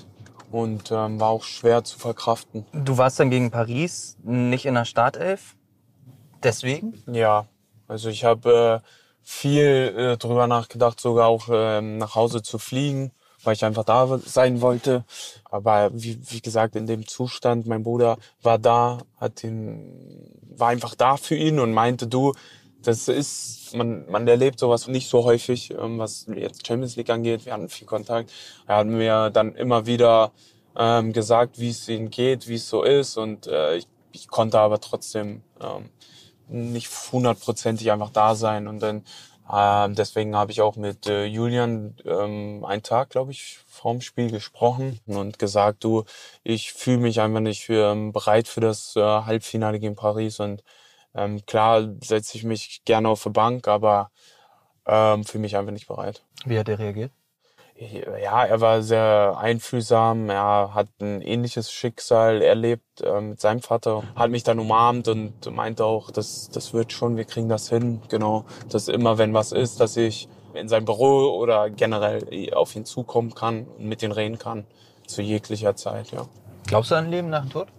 und ähm, war auch schwer zu verkraften. Du warst dann gegen Paris nicht in der Startelf? Deswegen? Ja, also ich habe äh, viel äh, drüber nachgedacht, sogar auch äh, nach Hause zu fliegen, weil ich einfach da sein wollte. Aber wie, wie gesagt, in dem Zustand, mein Bruder war da, hat ihn, war einfach da für ihn und meinte, du, das ist, man, man erlebt sowas nicht so häufig, ähm, was jetzt Champions League angeht. Wir hatten viel Kontakt. Er hat mir dann immer wieder ähm, gesagt, wie es ihm geht, wie es so ist. Und äh, ich, ich konnte aber trotzdem ähm, nicht hundertprozentig einfach da sein. Und dann ähm, deswegen habe ich auch mit äh, Julian ähm, einen Tag, glaube ich, vorm Spiel gesprochen und gesagt, du, ich fühle mich einfach nicht für, ähm, bereit für das äh, Halbfinale gegen Paris. Und ähm, klar setze ich mich gerne auf die Bank, aber ähm, fühle mich einfach nicht bereit. Wie hat er reagiert? Ja, er war sehr einfühlsam, er hat ein ähnliches Schicksal erlebt äh, mit seinem Vater, hat mich dann umarmt und meinte auch, das, das wird schon, wir kriegen das hin, genau, dass immer, wenn was ist, dass ich in sein Büro oder generell auf ihn zukommen kann und mit ihm reden kann, zu jeglicher Zeit, ja. Glaubst du an ein Leben nach dem Tod?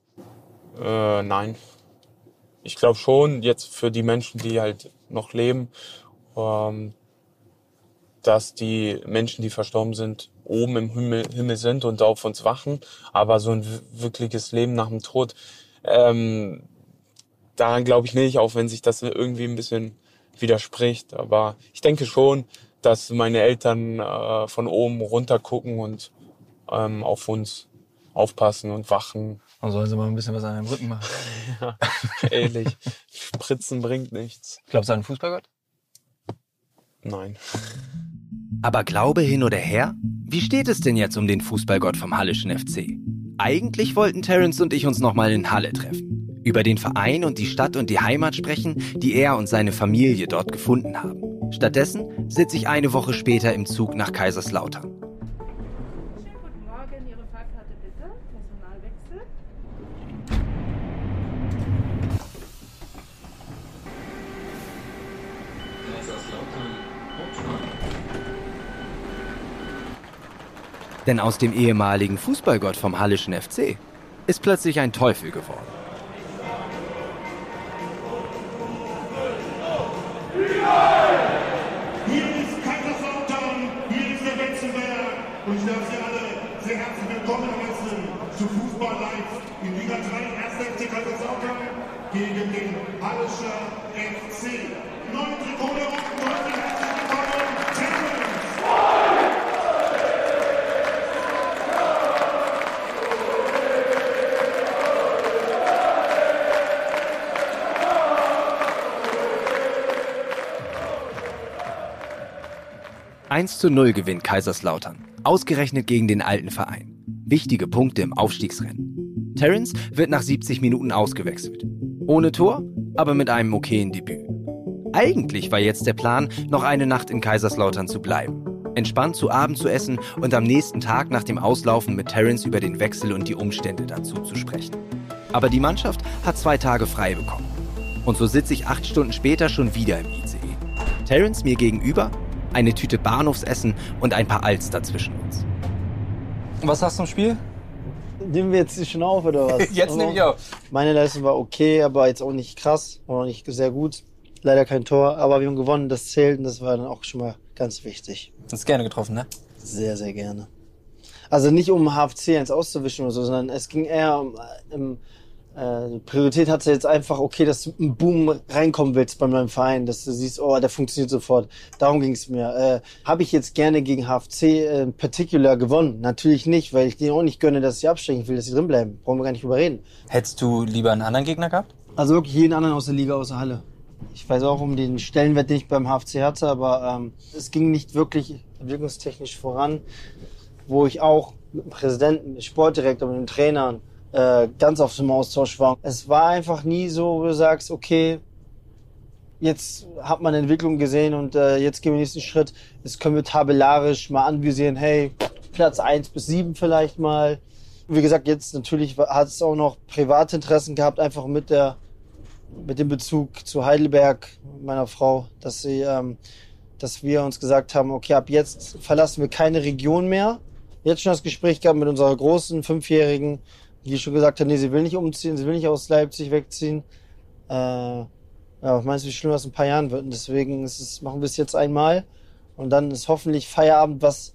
Äh, nein. Ich glaube schon, jetzt für die Menschen, die halt noch leben, ähm, dass die Menschen, die verstorben sind, oben im Himmel, Himmel sind und auf uns wachen. Aber so ein wirkliches Leben nach dem Tod, ähm, daran glaube ich nicht, auch wenn sich das irgendwie ein bisschen widerspricht. Aber ich denke schon, dass meine Eltern äh, von oben runter gucken und ähm, auf uns aufpassen und wachen. Und sollen sie mal ein bisschen was an deinem Rücken machen? Ja, ehrlich. Spritzen bringt nichts. Glaubst du an den Fußballgott? Nein. Aber Glaube hin oder her? Wie steht es denn jetzt um den Fußballgott vom Hallischen F C? Eigentlich wollten Terence und ich uns nochmal in Halle treffen. Über den Verein und die Stadt und die Heimat sprechen, die er und seine Familie dort gefunden haben. Stattdessen sitze ich eine Woche später im Zug nach Kaiserslautern. Guten Morgen, Ihre Fahrkarte bitte. Personalwechsel. Denn aus dem ehemaligen Fußballgott vom Hallischen F C ist plötzlich ein Teufel geworden. Hier ist Kaiserslautern, hier ist der Betzenberg und ich darf Sie alle sehr herzlich willkommen heißen zu Fußball live in Liga drei, erster F C Kaiserslautern gegen den Hallischer F C. Neun Trikot der Roten Teufel, herzlich willkommen, Terence! eins zu null gewinnt Kaiserslautern, ausgerechnet gegen den alten Verein. Wichtige Punkte im Aufstiegsrennen. Terence wird nach siebzig Minuten ausgewechselt. Ohne Tor, aber mit einem okayen Debüt. Eigentlich war jetzt der Plan, noch eine Nacht in Kaiserslautern zu bleiben, entspannt zu Abend zu essen und am nächsten Tag nach dem Auslaufen mit Terence über den Wechsel und die Umstände dazu zu sprechen. Aber die Mannschaft hat zwei Tage frei bekommen. Und so sitze ich acht Stunden später schon wieder im I C E. Terence mir gegenüber, eine Tüte Bahnhofsessen und ein paar Alster zwischen uns. Was hast du im Spiel? Nehmen wir jetzt schon auf, oder was? Jetzt nehme ich auf. Meine Leistung war okay, aber jetzt auch nicht krass, auch nicht sehr gut. Leider kein Tor, aber wir haben gewonnen, das zählt und das war dann auch schon mal ganz wichtig. Du hast gerne getroffen, ne? Sehr, sehr gerne. Also nicht um H F C eins auszuwischen oder so, sondern es ging eher um, um äh, Priorität hatte jetzt einfach, okay, dass du im Boom reinkommen willst bei meinem Verein, dass du siehst, oh, der funktioniert sofort. Darum ging es mir. Äh, Habe ich jetzt gerne gegen H F C äh, particular gewonnen? Natürlich nicht, weil ich denen auch nicht gönne, dass sie absteigen. Ich will, dass sie drinbleiben. Brauchen wir gar nicht drüber reden. Hättest du lieber einen anderen Gegner gehabt? Also wirklich jeden anderen aus der Liga, außer Halle. Ich weiß auch um den Stellenwert, den ich beim H F C hatte, aber ähm, es ging nicht wirklich entwicklungstechnisch voran, wo ich auch mit dem Präsidenten, mit dem Sportdirektor, mit den Trainern äh, ganz auf dem Austausch war. Es war einfach nie so, wo du sagst, okay, jetzt hat man Entwicklung gesehen und äh, jetzt gehen wir den nächsten Schritt. Jetzt können wir tabellarisch mal anvisieren, hey, Platz eins bis sieben vielleicht mal. Wie gesagt, jetzt natürlich hat es auch noch private Interessen gehabt, einfach mit der mit dem Bezug zu Heidelberg, meiner Frau, dass sie, ähm, dass wir uns gesagt haben, okay, ab jetzt verlassen wir keine Region mehr. jetzt schon das Gespräch gehabt mit unserer großen Fünfjährigen, die schon gesagt hat, nee, sie will nicht umziehen, sie will nicht aus Leipzig wegziehen. Äh, ja, was meinst du, wie schlimm das in ein paar Jahren wird? Und deswegen ist es, machen wir es jetzt einmal. Und dann ist hoffentlich Feierabend, was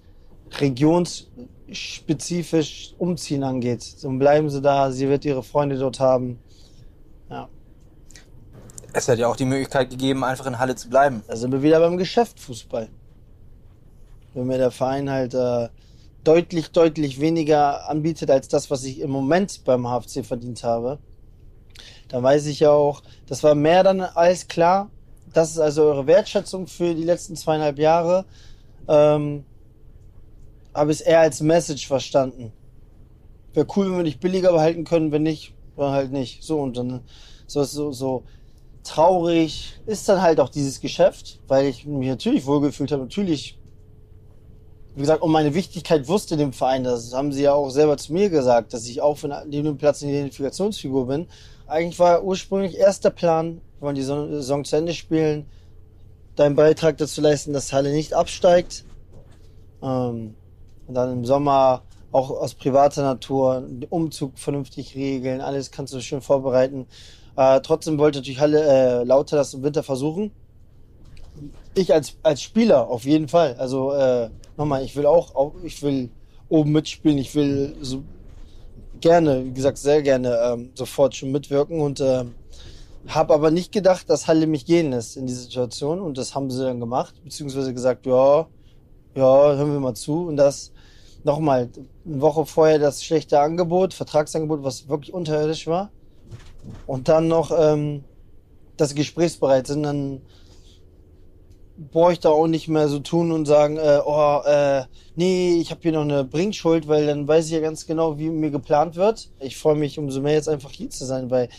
regionsspezifisch Umziehen angeht. Dann bleiben sie da, sie wird ihre Freunde dort haben. Ja. Es hat ja auch die Möglichkeit gegeben, einfach in Halle zu bleiben. Da sind wir wieder beim Geschäft Fußball. Wenn mir der Verein halt äh, deutlich, deutlich weniger anbietet als das, was ich im Moment beim H F C verdient habe, dann weiß ich ja auch, das war mehr dann als klar. Das ist also eure Wertschätzung für die letzten zweieinhalb Jahre. Ähm, habe ich es eher als Message verstanden. Wäre cool, wenn wir dich billiger behalten können, wenn nicht, dann halt nicht. So, und dann so, so, so traurig ist dann halt auch dieses Geschäft, weil ich mich natürlich wohlgefühlt habe. Natürlich, wie gesagt, um meine Wichtigkeit wusste dem Verein, das haben sie ja auch selber zu mir gesagt, dass ich auch für den Platz eine Identifikationsfigur bin. Eigentlich war ursprünglich erster Plan, wir wollen die Saison zu Ende spielen, deinen Beitrag dazu leisten, dass Halle nicht absteigt. Ähm, und dann im Sommer auch aus privater Natur den Umzug vernünftig regeln, alles kannst du schön vorbereiten. Äh, trotzdem wollte natürlich Halle, äh, Lauter das im Winter versuchen. Ich als als Spieler auf jeden Fall. Also äh, nochmal, ich will auch, auch, ich will oben mitspielen, ich will so gerne, wie gesagt, sehr gerne ähm, sofort schon mitwirken und äh, habe aber nicht gedacht, dass Halle mich gehen lässt in die Situation und das haben sie dann gemacht, beziehungsweise gesagt, ja, ja, hören wir mal zu und das nochmal eine Woche vorher das schlechte Angebot, Vertragsangebot, was wirklich unterirdisch war. Und dann noch, ähm, dass sie gesprächsbereit sind, dann brauche ich da auch nicht mehr so tun und sagen, äh, oh, äh, nee, ich habe hier noch eine Bringschuld, weil dann weiß ich ja ganz genau, wie mir geplant wird. Ich freue mich umso mehr jetzt einfach hier zu sein, weil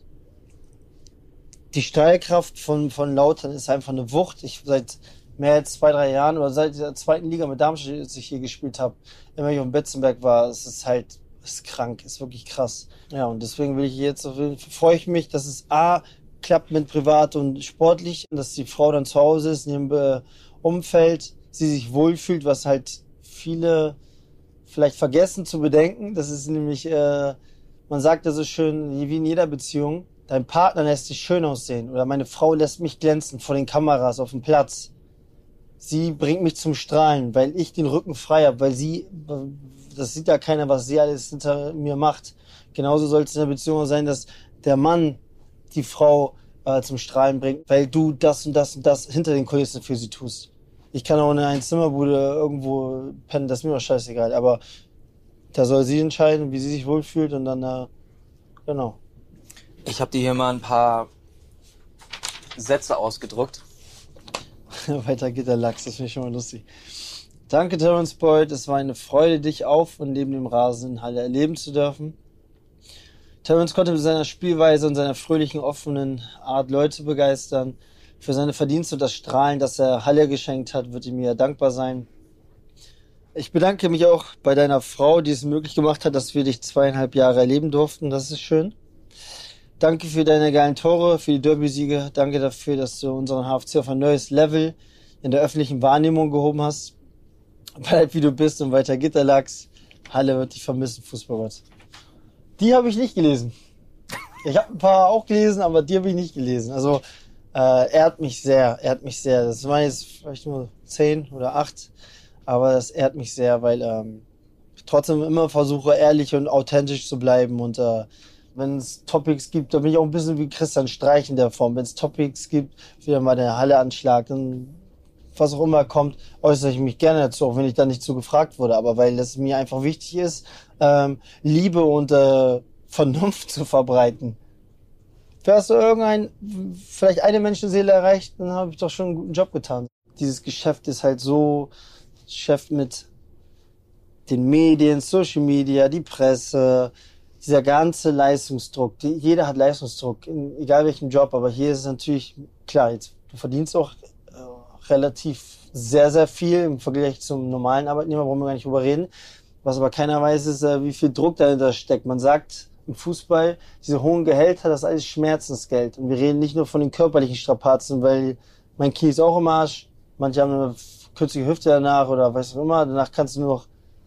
die Strahlkraft von, von Lautern ist einfach eine Wucht. Ich seit mehr als zwei, drei Jahren oder seit der zweiten Liga mit Darmstadt, als ich hier gespielt habe, immer hier auf dem Betzenberg war, es ist halt, es ist krank, es ist wirklich krass. Ja, und deswegen will ich jetzt, freue ich mich, dass es A, klappt mit privat und sportlich, dass die Frau dann zu Hause ist, in ihrem Umfeld, sie sich wohlfühlt, was halt viele vielleicht vergessen zu bedenken. Das ist nämlich, äh, man sagt ja so schön, wie in jeder Beziehung, dein Partner lässt dich schön aussehen oder meine Frau lässt mich glänzen vor den Kameras auf dem Platz. Sie bringt mich zum Strahlen, weil ich den Rücken frei habe, weil sie, das sieht ja keiner, was sie alles hinter mir macht. Genauso soll es in der Beziehung sein, dass der Mann die Frau äh, zum Strahlen bringt, weil du das und das und das hinter den Kulissen für sie tust. Ich kann auch in einer Einzimmerbude irgendwo pennen, das ist mir auch scheißegal, aber da soll sie entscheiden, wie sie sich wohlfühlt und dann, äh, genau. Ich habe dir hier mal ein paar Sätze ausgedruckt. Weiter geht der Lachs, das finde ich schon mal lustig. Danke, Terence Boyd, es war eine Freude, dich auf und neben dem Rasen in Halle erleben zu dürfen. Terence konnte mit seiner Spielweise und seiner fröhlichen, offenen Art Leute begeistern. Für seine Verdienste und das Strahlen, das er Halle geschenkt hat, wird ihm ja dankbar sein. Ich bedanke mich auch bei deiner Frau, die es möglich gemacht hat, dass wir dich zweieinhalb Jahre erleben durften. Das ist schön. Danke für deine geilen Tore, für die Derby-Siege. Danke dafür, dass du unseren H F C auf ein neues Level in der öffentlichen Wahrnehmung gehoben hast. Bleib wie du bist und weiter geht der Lachs. Halle wird dich vermissen, Fußballgott. Die habe ich nicht gelesen. Ich habe ein paar auch gelesen, aber die habe ich nicht gelesen. Also äh, ehrt mich sehr, ehrt mich sehr. Das waren jetzt vielleicht nur zehn oder acht, aber das ehrt mich sehr, weil ähm, ich trotzdem immer versuche, ehrlich und authentisch zu bleiben und äh, wenn es Topics gibt, da bin ich auch ein bisschen wie Christian Streich in der Form. Wenn es Topics gibt, wieder mal der Halle-Anschlag, dann was auch immer kommt, äußere ich mich gerne dazu, auch wenn ich da nicht zu gefragt wurde. Aber weil es mir einfach wichtig ist, ähm, Liebe und äh, Vernunft zu verbreiten. Hast du irgendein, vielleicht eine Menschenseele erreicht, dann habe ich doch schon einen guten Job getan. Dieses Geschäft ist halt so, Geschäft mit den Medien, Social Media, die Presse, dieser ganze Leistungsdruck, die, jeder hat Leistungsdruck, in, egal welchen Job, aber hier ist es natürlich, klar, jetzt, du verdienst auch äh, relativ sehr, sehr viel im Vergleich zum normalen Arbeitnehmer, brauchen wir gar nicht drüber reden. Was aber keiner weiß, ist, äh, wie viel Druck dahinter steckt. Man sagt im Fußball, diese hohen Gehälter, das ist alles Schmerzensgeld. Und wir reden nicht nur von den körperlichen Strapazen, weil mein Knie ist auch im Arsch, manche haben eine kürzliche Hüfte danach oder was auch immer, danach kannst du nur noch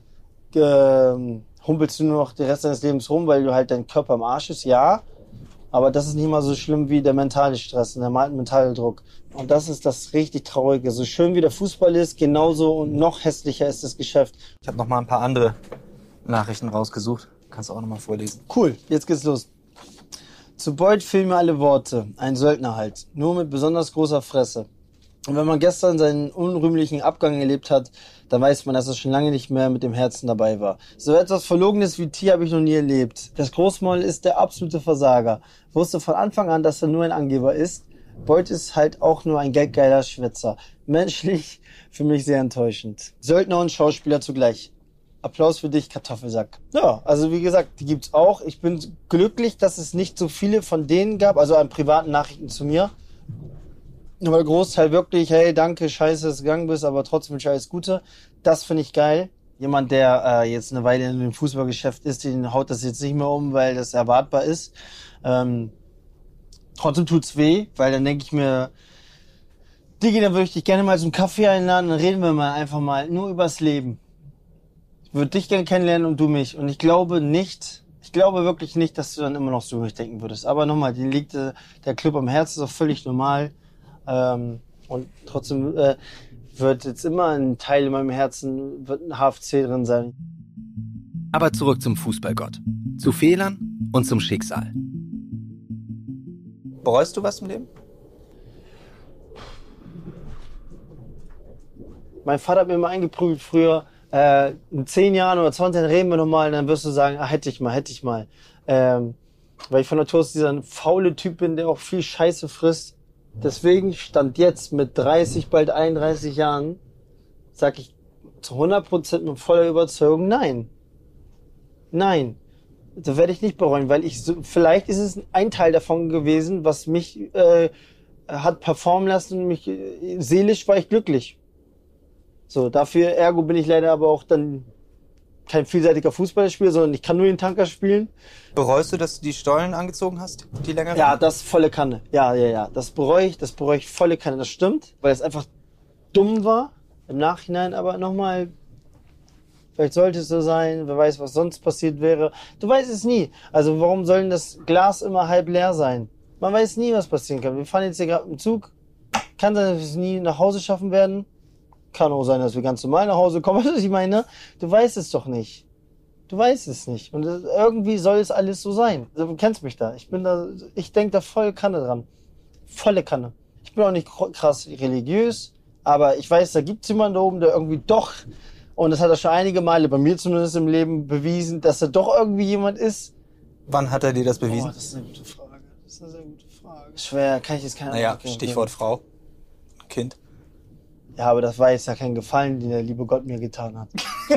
äh, humpelst du nur noch den Rest deines Lebens rum, weil du halt dein Körper im Arsch ist, ja. Aber das ist nicht mal so schlimm wie der mentale Stress und der mentale Druck. Und das ist das richtig Traurige. So schön wie der Fußball ist, genauso und noch hässlicher ist das Geschäft. Ich habe noch mal ein paar andere Nachrichten rausgesucht. Kannst du auch noch mal vorlesen. Cool, jetzt geht's los. Zu Beuth fehlen mir alle Worte. Ein Söldner halt. Nur mit besonders großer Fresse. Und wenn man gestern seinen unrühmlichen Abgang erlebt hat, dann weiß man, dass er schon lange nicht mehr mit dem Herzen dabei war. So etwas Verlogenes wie Tier habe ich noch nie erlebt. Das Großmaul ist der absolute Versager. Wusste von Anfang an, dass er nur ein Angeber ist. Beuth ist halt auch nur ein geldgeiler Schwätzer. Menschlich für mich sehr enttäuschend. Söldner und Schauspieler zugleich. Applaus für dich, Kartoffelsack. Ja, also wie gesagt, die gibt's auch. Ich bin glücklich, dass es nicht so viele von denen gab, also an privaten Nachrichten zu mir. Nur der Großteil wirklich, hey, danke, scheiße, dass du gegangen bist, aber trotzdem wünsche ich alles Gute. Das finde ich geil. Jemand, der äh, jetzt eine Weile in dem Fußballgeschäft ist, den haut das jetzt nicht mehr um, weil das erwartbar ist. Ähm, trotzdem tut's weh, weil dann denke ich mir, Digi, dann würde ich dich gerne mal zum Kaffee einladen, dann reden wir mal einfach mal nur übers Leben. Ich würde dich gerne kennenlernen und du mich. Und ich glaube nicht, ich glaube wirklich nicht, dass du dann immer noch so durchdenken würdest. Aber nochmal, dir liegt äh, der Club am Herzen, ist auch völlig normal. Ähm, und trotzdem äh, wird jetzt immer ein Teil in meinem Herzen, wird ein H F C drin sein. Aber zurück zum Fußballgott. Zu Fehlern und zum Schicksal. Bereust du was im Leben? Mein Vater hat mir immer eingeprügelt früher, äh, in zehn Jahren oder zwanzig Jahren reden wir nochmal, dann wirst du sagen, ah, hätte ich mal, hätte ich mal. Ähm, weil ich von Natur aus dieser faule Typ bin, der auch viel Scheiße frisst. Deswegen stand jetzt mit dreißig, bald einunddreißig Jahren, sag ich zu hundert Prozent mit voller Überzeugung, nein. Nein. Das werde ich nicht bereuen, weil ich so, vielleicht ist es ein Teil davon gewesen, was mich äh, hat performen lassen und mich äh, seelisch war ich glücklich. So, dafür, ergo bin ich leider aber auch dann kein vielseitiger Fußballspieler, sondern ich kann nur den Tanker spielen. Bereust du, dass du die Stollen angezogen hast, die längeren? Ja, das volle Kanne. Ja, ja, ja. Das bereue ich, das bereue ich volle Kanne. Das stimmt, weil es einfach dumm war. Im Nachhinein aber nochmal, vielleicht sollte es so sein, wer weiß, was sonst passiert wäre. Du weißt es nie. Also warum soll denn das Glas immer halb leer sein? Man weiß nie, was passieren kann. Wir fahren jetzt hier gerade im Zug. Kann sein, dass wir es nie nach Hause schaffen werden. Kann auch sein, dass wir ganz normal nach Hause kommen. Was ich meine, du weißt es doch nicht. Du weißt es nicht. Und irgendwie soll es alles so sein. Du kennst mich da. Ich bin da, ich denke da voll Kanne dran. Volle Kanne. Ich bin auch nicht krass religiös, aber ich weiß, da gibt's jemanden da oben, der irgendwie doch, und das hat er schon einige Male bei mir zumindest im Leben bewiesen, dass er doch irgendwie jemand ist. Wann hat er dir das bewiesen? Oh, das ist eine gute Frage. Das ist eine sehr gute Frage. Schwer, kann ich jetzt keine Naja, Antwort geben. Stichwort Frau, Kind. Ja, aber das war jetzt ja kein Gefallen, den der liebe Gott mir getan hat.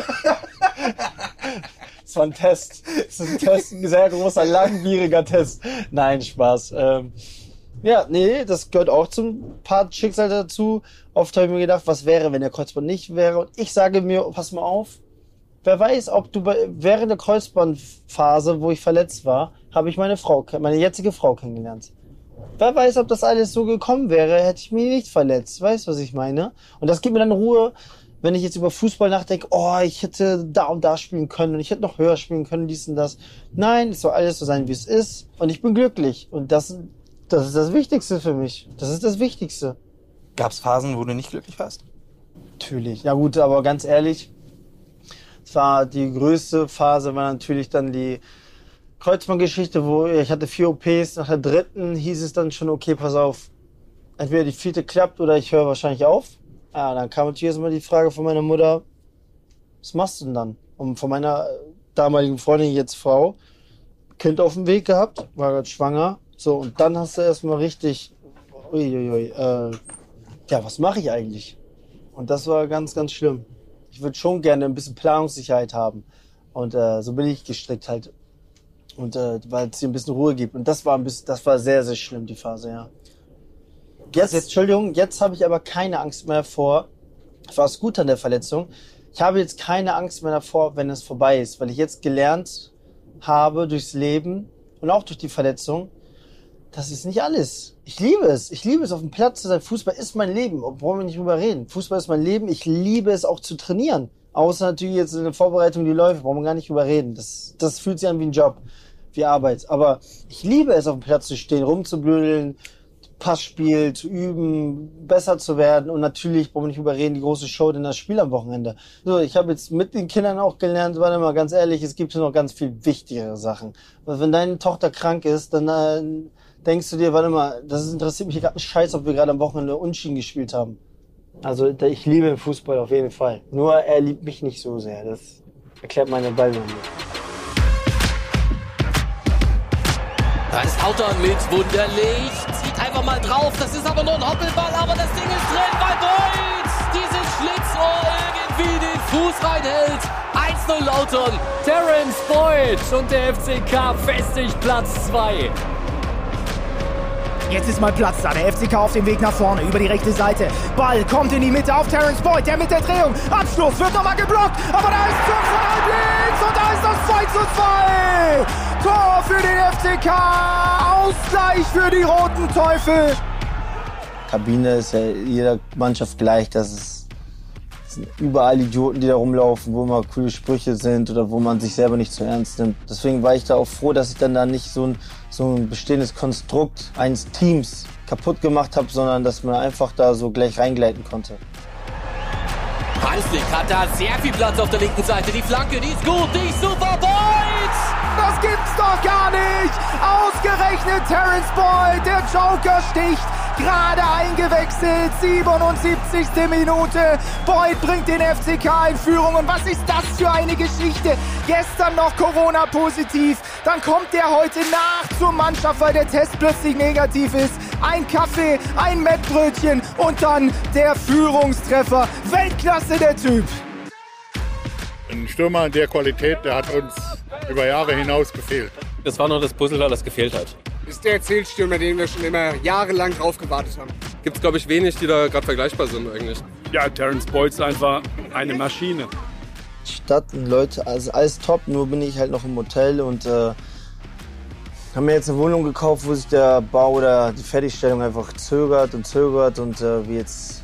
Das war ein Test. Das ist ein Test, ein sehr großer, langwieriger Test. Nein, Spaß. Ähm, ja, nee, das gehört auch zum Part Schicksal dazu. Oft habe ich mir gedacht, was wäre, wenn der Kreuzband nicht wäre. Und ich sage mir, pass mal auf, wer weiß, ob du bei, während der Kreuzbandphase, wo ich verletzt war, habe ich meine Frau, meine jetzige Frau kennengelernt. Wer weiß, ob das alles so gekommen wäre, hätte ich mich nicht verletzt. Weißt du, was ich meine? Und das gibt mir dann Ruhe, wenn ich jetzt über Fußball nachdenke, oh, ich hätte da und da spielen können und ich hätte noch höher spielen können, dies und das. Nein, es soll alles so sein, wie es ist. Und ich bin glücklich. Und das, das ist das Wichtigste für mich. Das ist das Wichtigste. Gab's Phasen, wo du nicht glücklich warst? Natürlich. Ja gut, aber ganz ehrlich, es war die größte Phase, war natürlich dann die Kreuzbandgeschichte, wo ich hatte vier O Ps, nach der dritten hieß es dann schon, okay, pass auf, entweder die vierte klappt oder ich höre wahrscheinlich auf. Ja, dann kam natürlich erstmal die Frage von meiner Mutter, was machst du denn dann? Und von meiner damaligen Freundin, jetzt Frau, Kind auf dem Weg gehabt, war gerade schwanger. So, und dann hast du erstmal richtig, uiuiui, äh, ja, was mache ich eigentlich? Und das war ganz, ganz schlimm. Ich würde schon gerne ein bisschen Planungssicherheit haben. Und äh, so bin ich gestrickt halt. Und äh, weil es hier ein bisschen Ruhe gibt. Und das war ein bisschen, das war sehr, sehr schlimm, die Phase, ja. Jetzt, jetzt Entschuldigung, jetzt habe ich aber keine Angst mehr vor, das war es gut an der Verletzung, ich habe jetzt keine Angst mehr davor, wenn es vorbei ist, weil ich jetzt gelernt habe durchs Leben und auch durch die Verletzung, das ist nicht alles. Ich liebe es. Ich liebe es, auf dem Platz zu sein. Fußball ist mein Leben, obwohl wir nicht drüber reden. Fußball ist mein Leben. Ich liebe es auch zu trainieren. Außer natürlich jetzt in der Vorbereitung, die läuft, brauchen wir gar nicht drüber reden. Das, das fühlt sich an wie ein Job, wie Arbeit. Aber ich liebe es, auf dem Platz zu stehen, rumzublödeln, Passspiel zu üben, besser zu werden. Und natürlich brauchen wir nicht drüber reden, die große Show, denn das Spiel am Wochenende. So, ich habe jetzt mit den Kindern auch gelernt, warte mal, ganz ehrlich, es gibt noch ganz viel wichtigere Sachen. Und wenn deine Tochter krank ist, dann äh, denkst du dir, warte mal, das interessiert mich gerade einen Scheiß, ob wir gerade am Wochenende Unentschieden gespielt haben. Also ich liebe den Fußball auf jeden Fall. Nur er liebt mich nicht so sehr. Das erklärt meine Ballmann nicht. Da ist Lautern mit Wunderlicht. Zieht einfach mal drauf. Das ist aber nur ein Hoppelball. Aber das Ding ist drin, weil Boyd dieses Schlitzohr irgendwie den Fuß reinhält. eins null Lautern. Terence Boyd und der F C K festigt Platz zwei. Jetzt ist mal Platz da. Der F C K auf dem Weg nach vorne über die rechte Seite. Ball kommt in die Mitte auf Terence Boyd. Der mit der Drehung. Abschluss wird nochmal geblockt. Aber da ist Zug von halb links. Und da ist das zwei zu zwei. Tor für den F C K. Ausgleich für die Roten Teufel. Kabine ist ja jeder Mannschaft gleich. Das ist, das sind überall Idioten, die da rumlaufen, wo immer coole Sprüche sind oder wo man sich selber nicht zu ernst nimmt. Deswegen war ich da auch froh, dass ich dann da nicht so ein so ein bestehendes Konstrukt eines Teams kaputt gemacht habe, sondern dass man einfach da so gleich reingleiten konnte. Hanslik hat da sehr viel Platz auf der linken Seite. Die Flanke, die ist gut, die ist super. Boyd! Das gibt's doch gar nicht! Ausgerechnet Terence Boyd, der Joker sticht. Gerade eingewechselt, siebenundsiebzigste Minute. Boyd bringt den F C K in Führung. Und was ist das für eine Geschichte? Gestern noch Corona-positiv. Dann kommt der heute nach zur Mannschaft, weil der Test plötzlich negativ ist. Ein Kaffee, ein Mettbrötchen und dann der Führungstreffer. Weltklasse, der Typ. Ein Stürmer in der Qualität, der hat uns über Jahre hinaus gefehlt. Das war noch das Puzzle, das gefehlt hat. Ist der Zielstürmer, den wir schon immer jahrelang drauf gewartet haben. Gibt es, glaube ich, wenig, die da gerade vergleichbar sind eigentlich. Ja, Terence Boyd ist einfach eine Maschine. Stadt und Leute, also alles top, nur bin ich halt noch im Hotel und äh, habe mir jetzt eine Wohnung gekauft, wo sich der Bau oder die Fertigstellung einfach zögert und zögert und äh, wie jetzt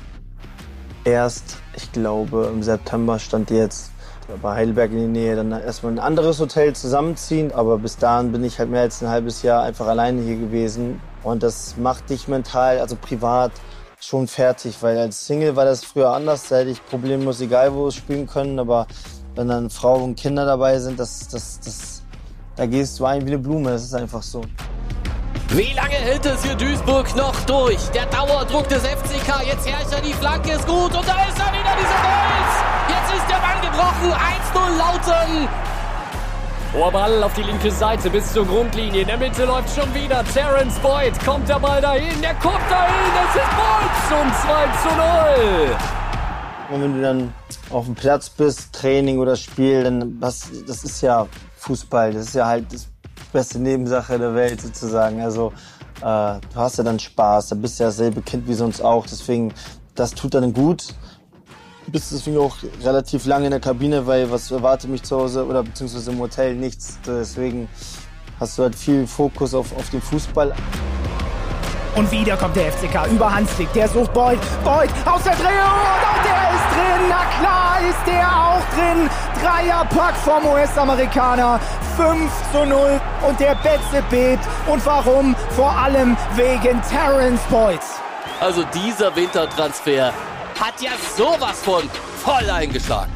erst, ich glaube im September stand jetzt bei Heidelberg in die Nähe, dann erstmal ein anderes Hotel zusammenziehen, aber bis dahin bin ich halt mehr als ein halbes Jahr einfach alleine hier gewesen und das macht dich mental, also privat, schon fertig, weil als Single war das früher anders, da hätte ich problemlos egal wo spielen können, aber wenn dann Frau und Kinder dabei sind, das, das, das, da gehst du ein wie eine Blume, das ist einfach so. Wie lange hält es hier Duisburg noch durch? Der Dauerdruck des F C K, jetzt herrscht er, die Flanke ist gut und da ist er wieder, dieser Bolz! Jetzt ist der Mann gebrochen, eins null Lautern. Hoher Ball auf die linke Seite bis zur Grundlinie. In der Mitte läuft schon wieder Terence Boyd. Kommt der Ball dahin, der kommt dahin, es ist Boyd zum zwei zu null. Und wenn du dann auf dem Platz bist, Training oder Spiel, dann das, das ist ja Fußball, das ist ja halt das beste Nebensache der Welt sozusagen. Also äh, du hast ja dann Spaß, da bist du ja dasselbe Kind wie sonst auch. Deswegen, das tut dann gut. Du bist deswegen auch relativ lange in der Kabine, weil was erwartet mich zu Hause oder beziehungsweise im Hotel? Nichts. Deswegen hast du halt viel Fokus auf, auf den Fußball. Und wieder kommt der F C K über Hanslik, der sucht Boyd, Boyd aus der Drehung und der ist drin, na klar ist der auch drin. Dreierpack vom U S-Amerikaner, fünf zu null und der Betze bebt. Und warum? Vor allem wegen Terence Boyd. Also dieser Wintertransfer hat ja sowas von voll eingeschlagen.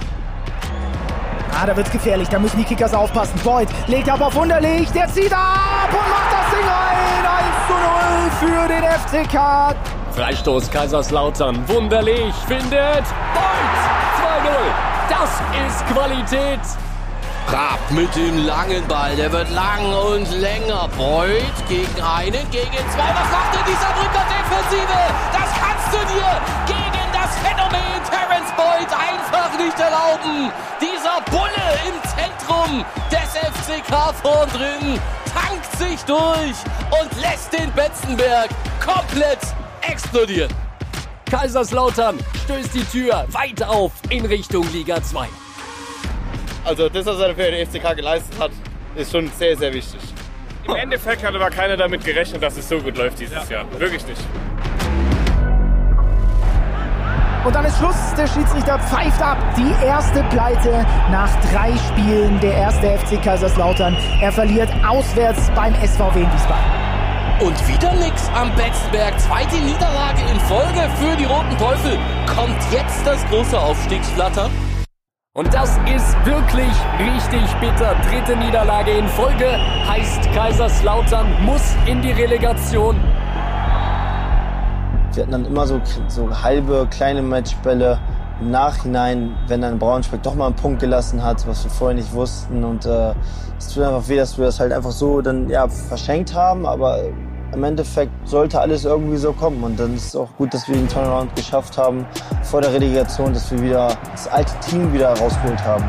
Ah, da wird's gefährlich, da müssen die Kickers aufpassen. Boyd legt ab auf Wunderlich, der zieht ab und macht das Ding rein. eins zu null für den F C K. Freistoß Kaiserslautern. Wunderlich findet Boyd. zwei null. Das ist Qualität. Raab mit dem langen Ball. Der wird lang und länger. Boyd gegen einen, gegen zwei. Was macht denn dieser Brücker Defensive? Das kannst du dir gegen das Phänomen Terence Boyd einfach nicht erlauben. Dieser Bulle im Zentrum des F C K vorn drin tankt sich durch und lässt den Betzenberg komplett explodieren. Kaiserslautern stößt die Tür weit auf in Richtung Liga zwei. Also das, was er für den F C K geleistet hat, ist schon sehr, sehr wichtig. Im Endeffekt hat aber keiner damit gerechnet, dass es so gut läuft dieses ja. Jahr. Wirklich nicht. Und dann ist Schluss, der Schiedsrichter pfeift ab. Die erste Pleite nach drei Spielen der erste F C Kaiserslautern. Er verliert auswärts beim S V W in Wiesbaden. Und wieder nix am Betzenberg. Zweite Niederlage in Folge für die Roten Teufel. Kommt jetzt das große Aufstiegsflatter? Und das ist wirklich richtig bitter. Dritte Niederlage in Folge heißt, Kaiserslautern muss in die Relegation. Wir hatten dann immer so, so halbe, kleine Matchbälle. Im Nachhinein, wenn dann Braunschweig doch mal einen Punkt gelassen hat, was wir vorher nicht wussten. Und äh, es tut einfach weh, dass wir das halt einfach so dann ja verschenkt haben. Aber im Endeffekt sollte alles irgendwie so kommen. Und dann ist es auch gut, dass wir den Turnaround geschafft haben vor der Relegation, dass wir wieder das alte Team wieder rausgeholt haben.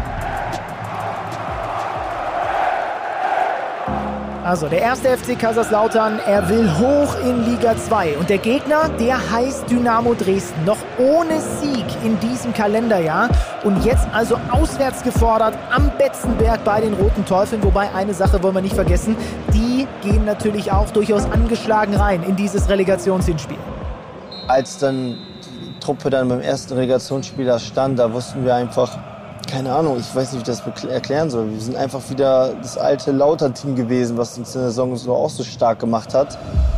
Also der erste F C Kaiserslautern, er will hoch in Liga zwei. Und der Gegner, der heißt Dynamo Dresden. Noch ohne Sieg in diesem Kalenderjahr. Und jetzt also auswärts gefordert am Betzenberg bei den Roten Teufeln. Wobei eine Sache wollen wir nicht vergessen, die gehen natürlich auch durchaus angeschlagen rein in dieses Relegationshinspiel. Als dann die Truppe dann beim ersten Relegationsspiel da stand, da wussten wir einfach, keine Ahnung, ich weiß nicht, wie ich das erklären soll. Wir sind einfach wieder das alte Lauter-Team gewesen, was uns in der Saison so auch so stark gemacht hat.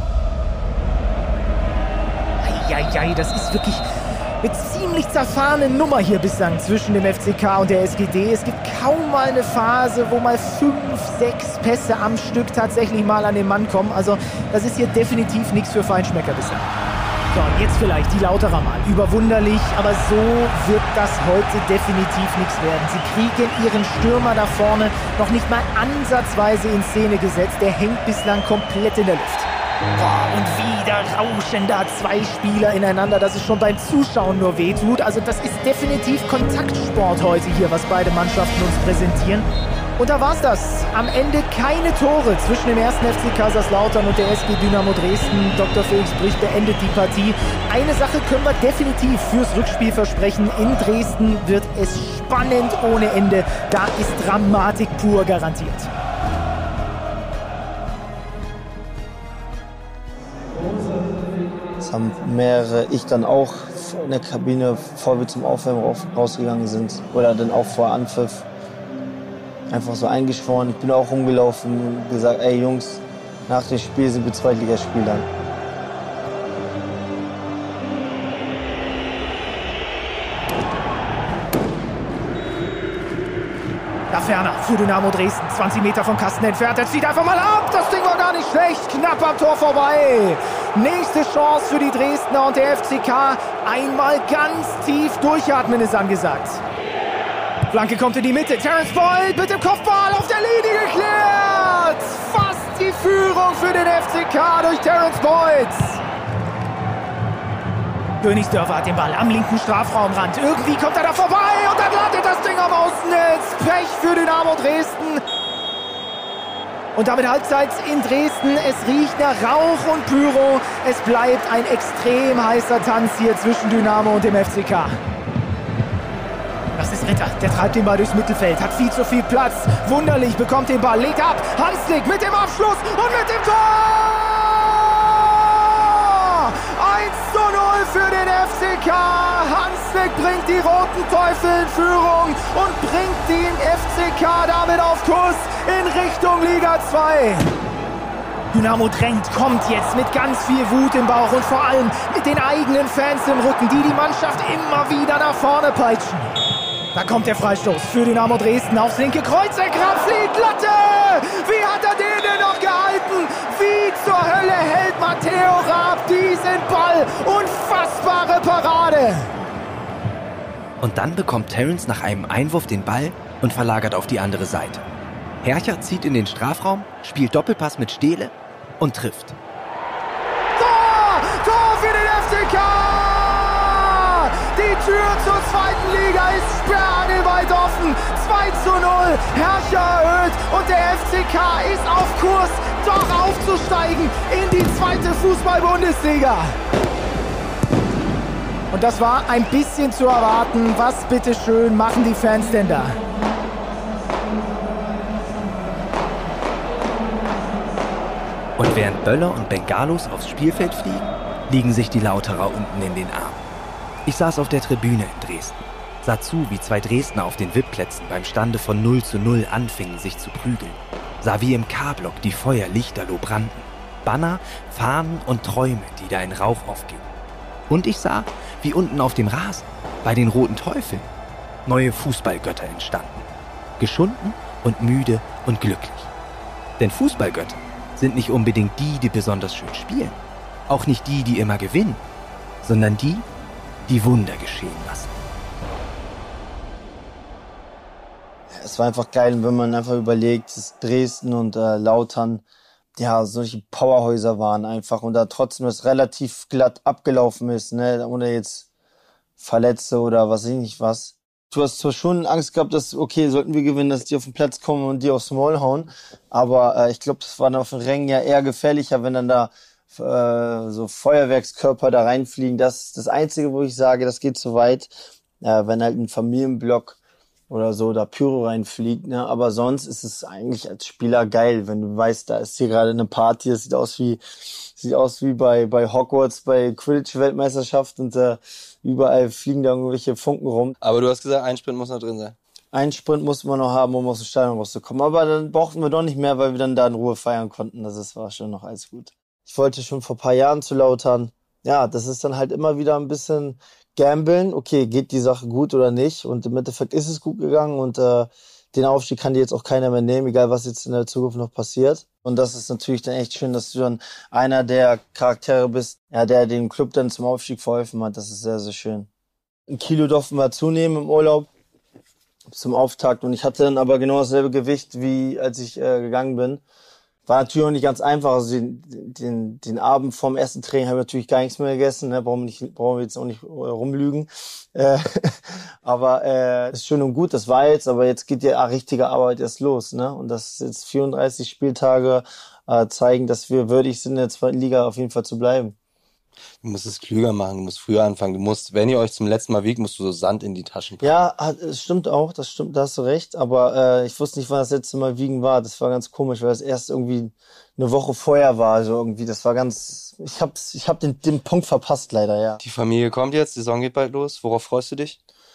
Eieiei, das ist wirklich eine ziemlich zerfahrene Nummer hier bislang zwischen dem F C K und der S G D. Es gibt kaum mal eine Phase, wo mal fünf, sechs Pässe am Stück tatsächlich mal an den Mann kommen. Also das ist hier definitiv nichts für Feinschmecker bislang. So, und jetzt vielleicht die Lauterer mal. Überwunderlich, aber so wird das heute definitiv nichts werden. Sie kriegen ihren Stürmer da vorne noch nicht mal ansatzweise in Szene gesetzt. Der hängt bislang komplett in der Luft. Boah, und wieder rauschen da zwei Spieler ineinander, dass es schon beim Zuschauen nur wehtut. Also das ist definitiv Kontaktsport heute hier, was beide Mannschaften uns präsentieren. Und da war's das. Am Ende keine Tore zwischen dem ersten F C Kaiserslautern und der S G Dynamo Dresden. Doktor Felix Brich beendet die Partie. Eine Sache können wir definitiv fürs Rückspiel versprechen. In Dresden wird es spannend ohne Ende. Da ist Dramatik pur garantiert. Das haben mehrere, ich dann auch in der Kabine, bevor wir zum Aufwärmen rausgegangen sind. Oder dann auch vor Anpfiff. Einfach so eingeschworen. Ich bin auch rumgelaufen und gesagt, ey Jungs, nach dem Spiel sind wir Zweitligaspieler. Da ferner für Dynamo Dresden, zwanzig Meter vom Kasten entfernt. Er zieht einfach mal ab. Das Ding war gar nicht schlecht. Knapp am Tor vorbei. Nächste Chance für die Dresdner und der F C K. Einmal ganz tief durchatmen ist angesagt. Flanke kommt in die Mitte. Terence Boyd mit dem Kopfball auf der Linie geklärt. Fast die Führung für den F C K durch Terence Boyd. Königsdörfer hat den Ball am linken Strafraumrand. Irgendwie kommt er da vorbei und dann landet das Ding am Außennetz. Pech für Dynamo Dresden. Und damit Halbzeit in Dresden. Es riecht nach Rauch und Pyro. Es bleibt ein extrem heißer Tanz hier zwischen Dynamo und dem F C K. Das ist Ritter, der treibt den Ball durchs Mittelfeld, hat viel zu viel Platz. Wunderlich bekommt den Ball, legt ab. Hanslik mit dem Abschluss und mit dem Tor! eins zu null für den F C K. Hanslik bringt die Roten Teufel in Führung und bringt den F C K damit auf Kurs in Richtung Liga zwei. Dynamo drängt, kommt jetzt mit ganz viel Wut im Bauch und vor allem mit den eigenen Fans im Rücken, die die Mannschaft immer wieder nach vorne peitschen. Da kommt der Freistoß für Dynamo Dresden aufs linke Kreuz. Der Grab fliegt, Latte! Wie hat er den denn noch gehalten? Wie zur Hölle hält Matteo Raab diesen Ball? Unfassbare Parade! Und dann bekommt Terence nach einem Einwurf den Ball und verlagert auf die andere Seite. Hercher zieht in den Strafraum, spielt Doppelpass mit Stehle und trifft. Tor! Tor für den F C K! Die Tür zur zweiten Liga ist sperrangelweit offen. zwei zu null. Herrscher erhöht und der F C K ist auf Kurs, doch aufzusteigen in die zweite Fußball-Bundesliga. Und das war ein bisschen zu erwarten. Was bitteschön machen die Fans denn da? Und während Böller und Bengalos aufs Spielfeld fliegen, liegen sich die Lauterer unten in den Armen. Ich saß auf der Tribüne in Dresden, sah zu, wie zwei Dresdner auf den V I P-Plätzen beim Stande von null zu null anfingen, sich zu prügeln, sah wie im K-Block die Feuer lichterloh brannten, Banner, Fahnen und Träume, die da in Rauch aufgingen. Und ich sah, wie unten auf dem Rasen, bei den Roten Teufeln, neue Fußballgötter entstanden, geschunden und müde und glücklich. Denn Fußballgötter sind nicht unbedingt die, die besonders schön spielen, auch nicht die, die immer gewinnen, sondern die, die Wunder geschehen lassen. Es war einfach geil, wenn man einfach überlegt, dass Dresden und äh, Lautern ja solche Powerhäuser waren einfach und da trotzdem das relativ glatt abgelaufen ist, ne, ohne jetzt Verletzte oder was weiß ich nicht was. Du hast zwar schon Angst gehabt, dass, okay, sollten wir gewinnen, dass die auf den Platz kommen und die aufs Maul hauen, aber äh, ich glaube, das war dann auf den Rängen ja eher gefährlicher, wenn dann da äh, so Feuerwerkskörper da reinfliegen. Das ist das Einzige, wo ich sage, das geht zu weit, äh, wenn halt ein Familienblock oder so da Pyro reinfliegt, ne? Aber sonst ist es eigentlich als Spieler geil, wenn du weißt, da ist hier gerade eine Party, das sieht aus wie sieht aus wie bei bei Hogwarts, bei Quidditch-Weltmeisterschaft und äh, überall fliegen da irgendwelche Funken rum. Aber du hast gesagt, ein Sprint muss noch drin sein. Ein Sprint mussten wir noch haben, um aus dem Stadion rauszukommen. Aber dann brauchten wir doch nicht mehr, weil wir dann da in Ruhe feiern konnten. Das ist, war schon noch alles gut. Ich wollte schon vor ein paar Jahren zu Lautern. Ja, das ist dann halt immer wieder ein bisschen gambeln. Okay, geht die Sache gut oder nicht? Und im Endeffekt ist es gut gegangen und äh, den Aufstieg kann dir jetzt auch keiner mehr nehmen, egal was jetzt in der Zukunft noch passiert. Und das ist natürlich dann echt schön, dass du dann einer der Charaktere bist, ja, der dem Club dann zum Aufstieg verholfen hat. Das ist sehr, sehr schön. Ein Kilo durften wir zunehmen im Urlaub zum Auftakt und ich hatte dann aber genau dasselbe Gewicht, wie als ich äh, gegangen bin. War natürlich auch nicht ganz einfach. Also den, den, den Abend vorm ersten Training habe ich natürlich gar nichts mehr gegessen. Ne? Brauchen wir nicht, brauchen wir jetzt auch nicht rumlügen. Äh, aber äh, ist schön und gut, das war jetzt. Aber jetzt geht die richtige Arbeit erst los. Ne? Und das ist jetzt vierunddreißig Spieltage äh, zeigen, dass wir würdig sind, in der zweiten Liga auf jeden Fall zu bleiben. Du musst es klüger machen, du musst früher anfangen. Du musst, wenn ihr euch zum letzten Mal wiegt, musst du so Sand in die Taschen packen. Ja, das stimmt auch, das stimmt, da hast du recht. Aber äh, ich wusste nicht, wann das letzte Mal wiegen war. Das war ganz komisch, weil das erst irgendwie eine Woche vorher war. Also irgendwie, das war ganz. Ich hab's, ich hab den, den Punkt verpasst leider, ja. Die Familie kommt jetzt, die Saison geht bald los. Worauf freust du dich?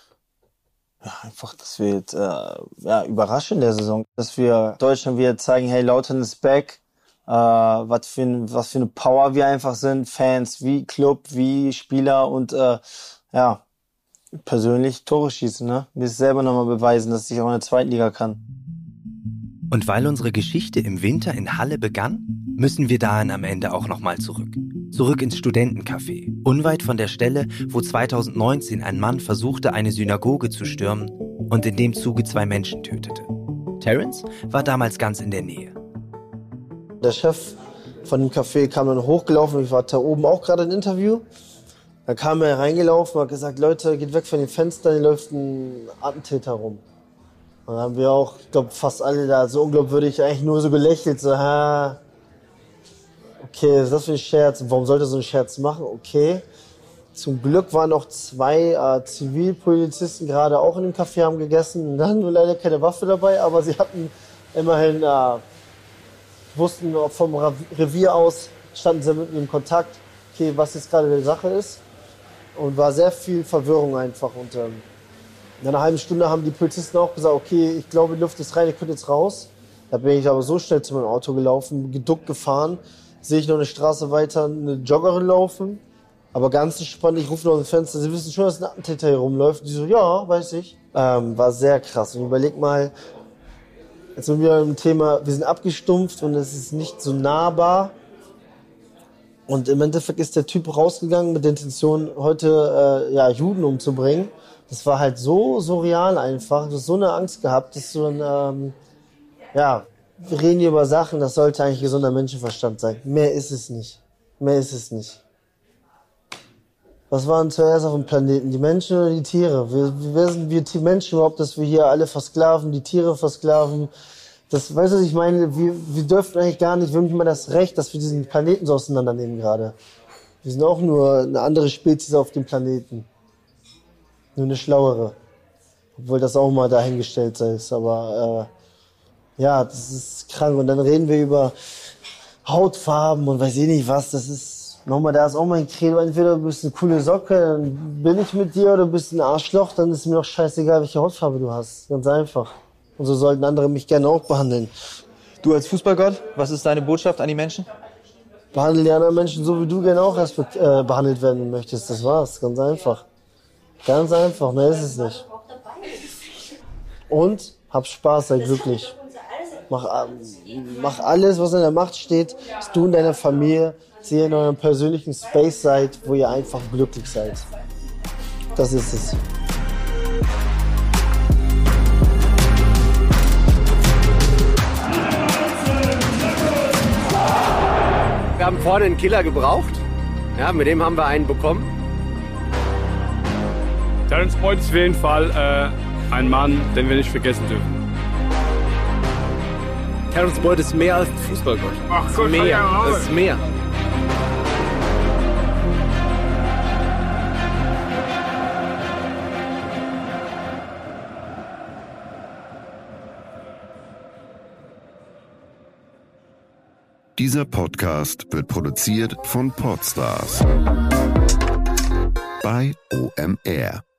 Ja, einfach, dass wir jetzt äh, ja, überraschen in der Saison. Dass wir Deutschland wieder zeigen, hey, Lautern ist back. Uh, was für ein, was für eine Power wir einfach sind, Fans wie Club, wie Spieler und uh, ja, persönlich Tore schießen, ne? Mir selber nochmal beweisen, dass ich auch in der zweiten Liga kann. Und weil unsere Geschichte im Winter in Halle begann, müssen wir dahin am Ende auch nochmal zurück. Zurück ins Studentencafé, unweit von der Stelle, wo zweitausendneunzehn ein Mann versuchte, eine Synagoge zu stürmen und in dem Zuge zwei Menschen tötete. Terence war damals ganz in der Nähe. Der Chef von dem Café kam dann hochgelaufen, ich war da oben auch gerade im Interview. Da kam er reingelaufen und hat gesagt, Leute, geht weg von den Fenstern, hier läuft ein Attentäter rum. Und dann haben wir auch, ich glaube, fast alle da so unglaubwürdig eigentlich nur so gelächelt, so, ha, okay, was ist das für ein Scherz? Warum sollte er so einen Scherz machen? Okay. Zum Glück waren noch zwei äh, Zivilpolizisten gerade auch in dem Café, haben gegessen. Und dann nur leider keine Waffe dabei, aber sie hatten immerhin... Äh, wussten vom Revier aus, standen sie mit mir in Kontakt, okay, was jetzt gerade die Sache ist. Und war sehr viel Verwirrung einfach. Und ähm, in einer halben Stunde haben die Polizisten auch gesagt, okay, ich glaube, die Luft ist rein, ihr könnt jetzt raus. Da bin ich aber so schnell zu meinem Auto gelaufen, geduckt gefahren. Sehe ich noch eine Straße weiter eine Joggerin laufen. Aber ganz entspannt, ich rufe noch ins Fenster, sie wissen schon, dass ein Attentäter hier rumläuft. Und die so, ja, weiß ich. Ähm, war sehr krass. Und überleg mal, jetzt sind wir im Thema, wir sind abgestumpft und es ist nicht so nahbar. Und im Endeffekt ist der Typ rausgegangen mit der Intention, heute äh, ja, Juden umzubringen. Das war halt so surreal einfach. Du hast so eine Angst gehabt, dass du dann, ähm, ja, wir reden hier über Sachen, das sollte eigentlich gesunder Menschenverstand sein. Mehr ist es nicht. Mehr ist es nicht. Was waren zuerst auf dem Planeten? Die Menschen oder die Tiere? Wir, wer sind wir die Menschen überhaupt, dass wir hier alle versklaven, die Tiere versklaven? Das, weißt du, was ich meine? Wir, wir dürfen eigentlich gar nicht, wir haben nicht mal das Recht, dass wir diesen Planeten so auseinandernehmen gerade. Wir sind auch nur eine andere Spezies auf dem Planeten. Nur eine schlauere. Obwohl das auch mal dahingestellt ist. Aber äh, ja, das ist krank. Und dann reden wir über Hautfarben und weiß ich nicht was. Das ist Nochmal, da ist auch mein Credo. Entweder du bist eine coole Socke, dann bin ich mit dir, oder du bist ein Arschloch, dann ist mir doch scheißegal, welche Hautfarbe du hast. Ganz einfach. Und so sollten andere mich gerne auch behandeln. Du als Fußballgott, was ist deine Botschaft an die Menschen? Behandle die anderen Menschen so, wie du gerne auch erst äh, behandelt werden möchtest. Das war's. Ganz einfach. Ganz einfach. Mehr ist es nicht. Und hab Spaß, sei glücklich. Mach, äh, mach alles, was in der Macht steht, dass du und deine Familie in eurem persönlichen Space seid, wo ihr einfach glücklich seid. Das ist es. Wir haben vorne einen Killer gebraucht. Ja, mit dem haben wir einen bekommen. Terence Boyd ist auf jeden Fall äh, ein Mann, den wir nicht vergessen dürfen. Terence Boyd ist mehr als ein Fußballgott. Ach, Gott, mehr. ja, Das ist mehr. Dieser Podcast wird produziert von Podstars bei O M R.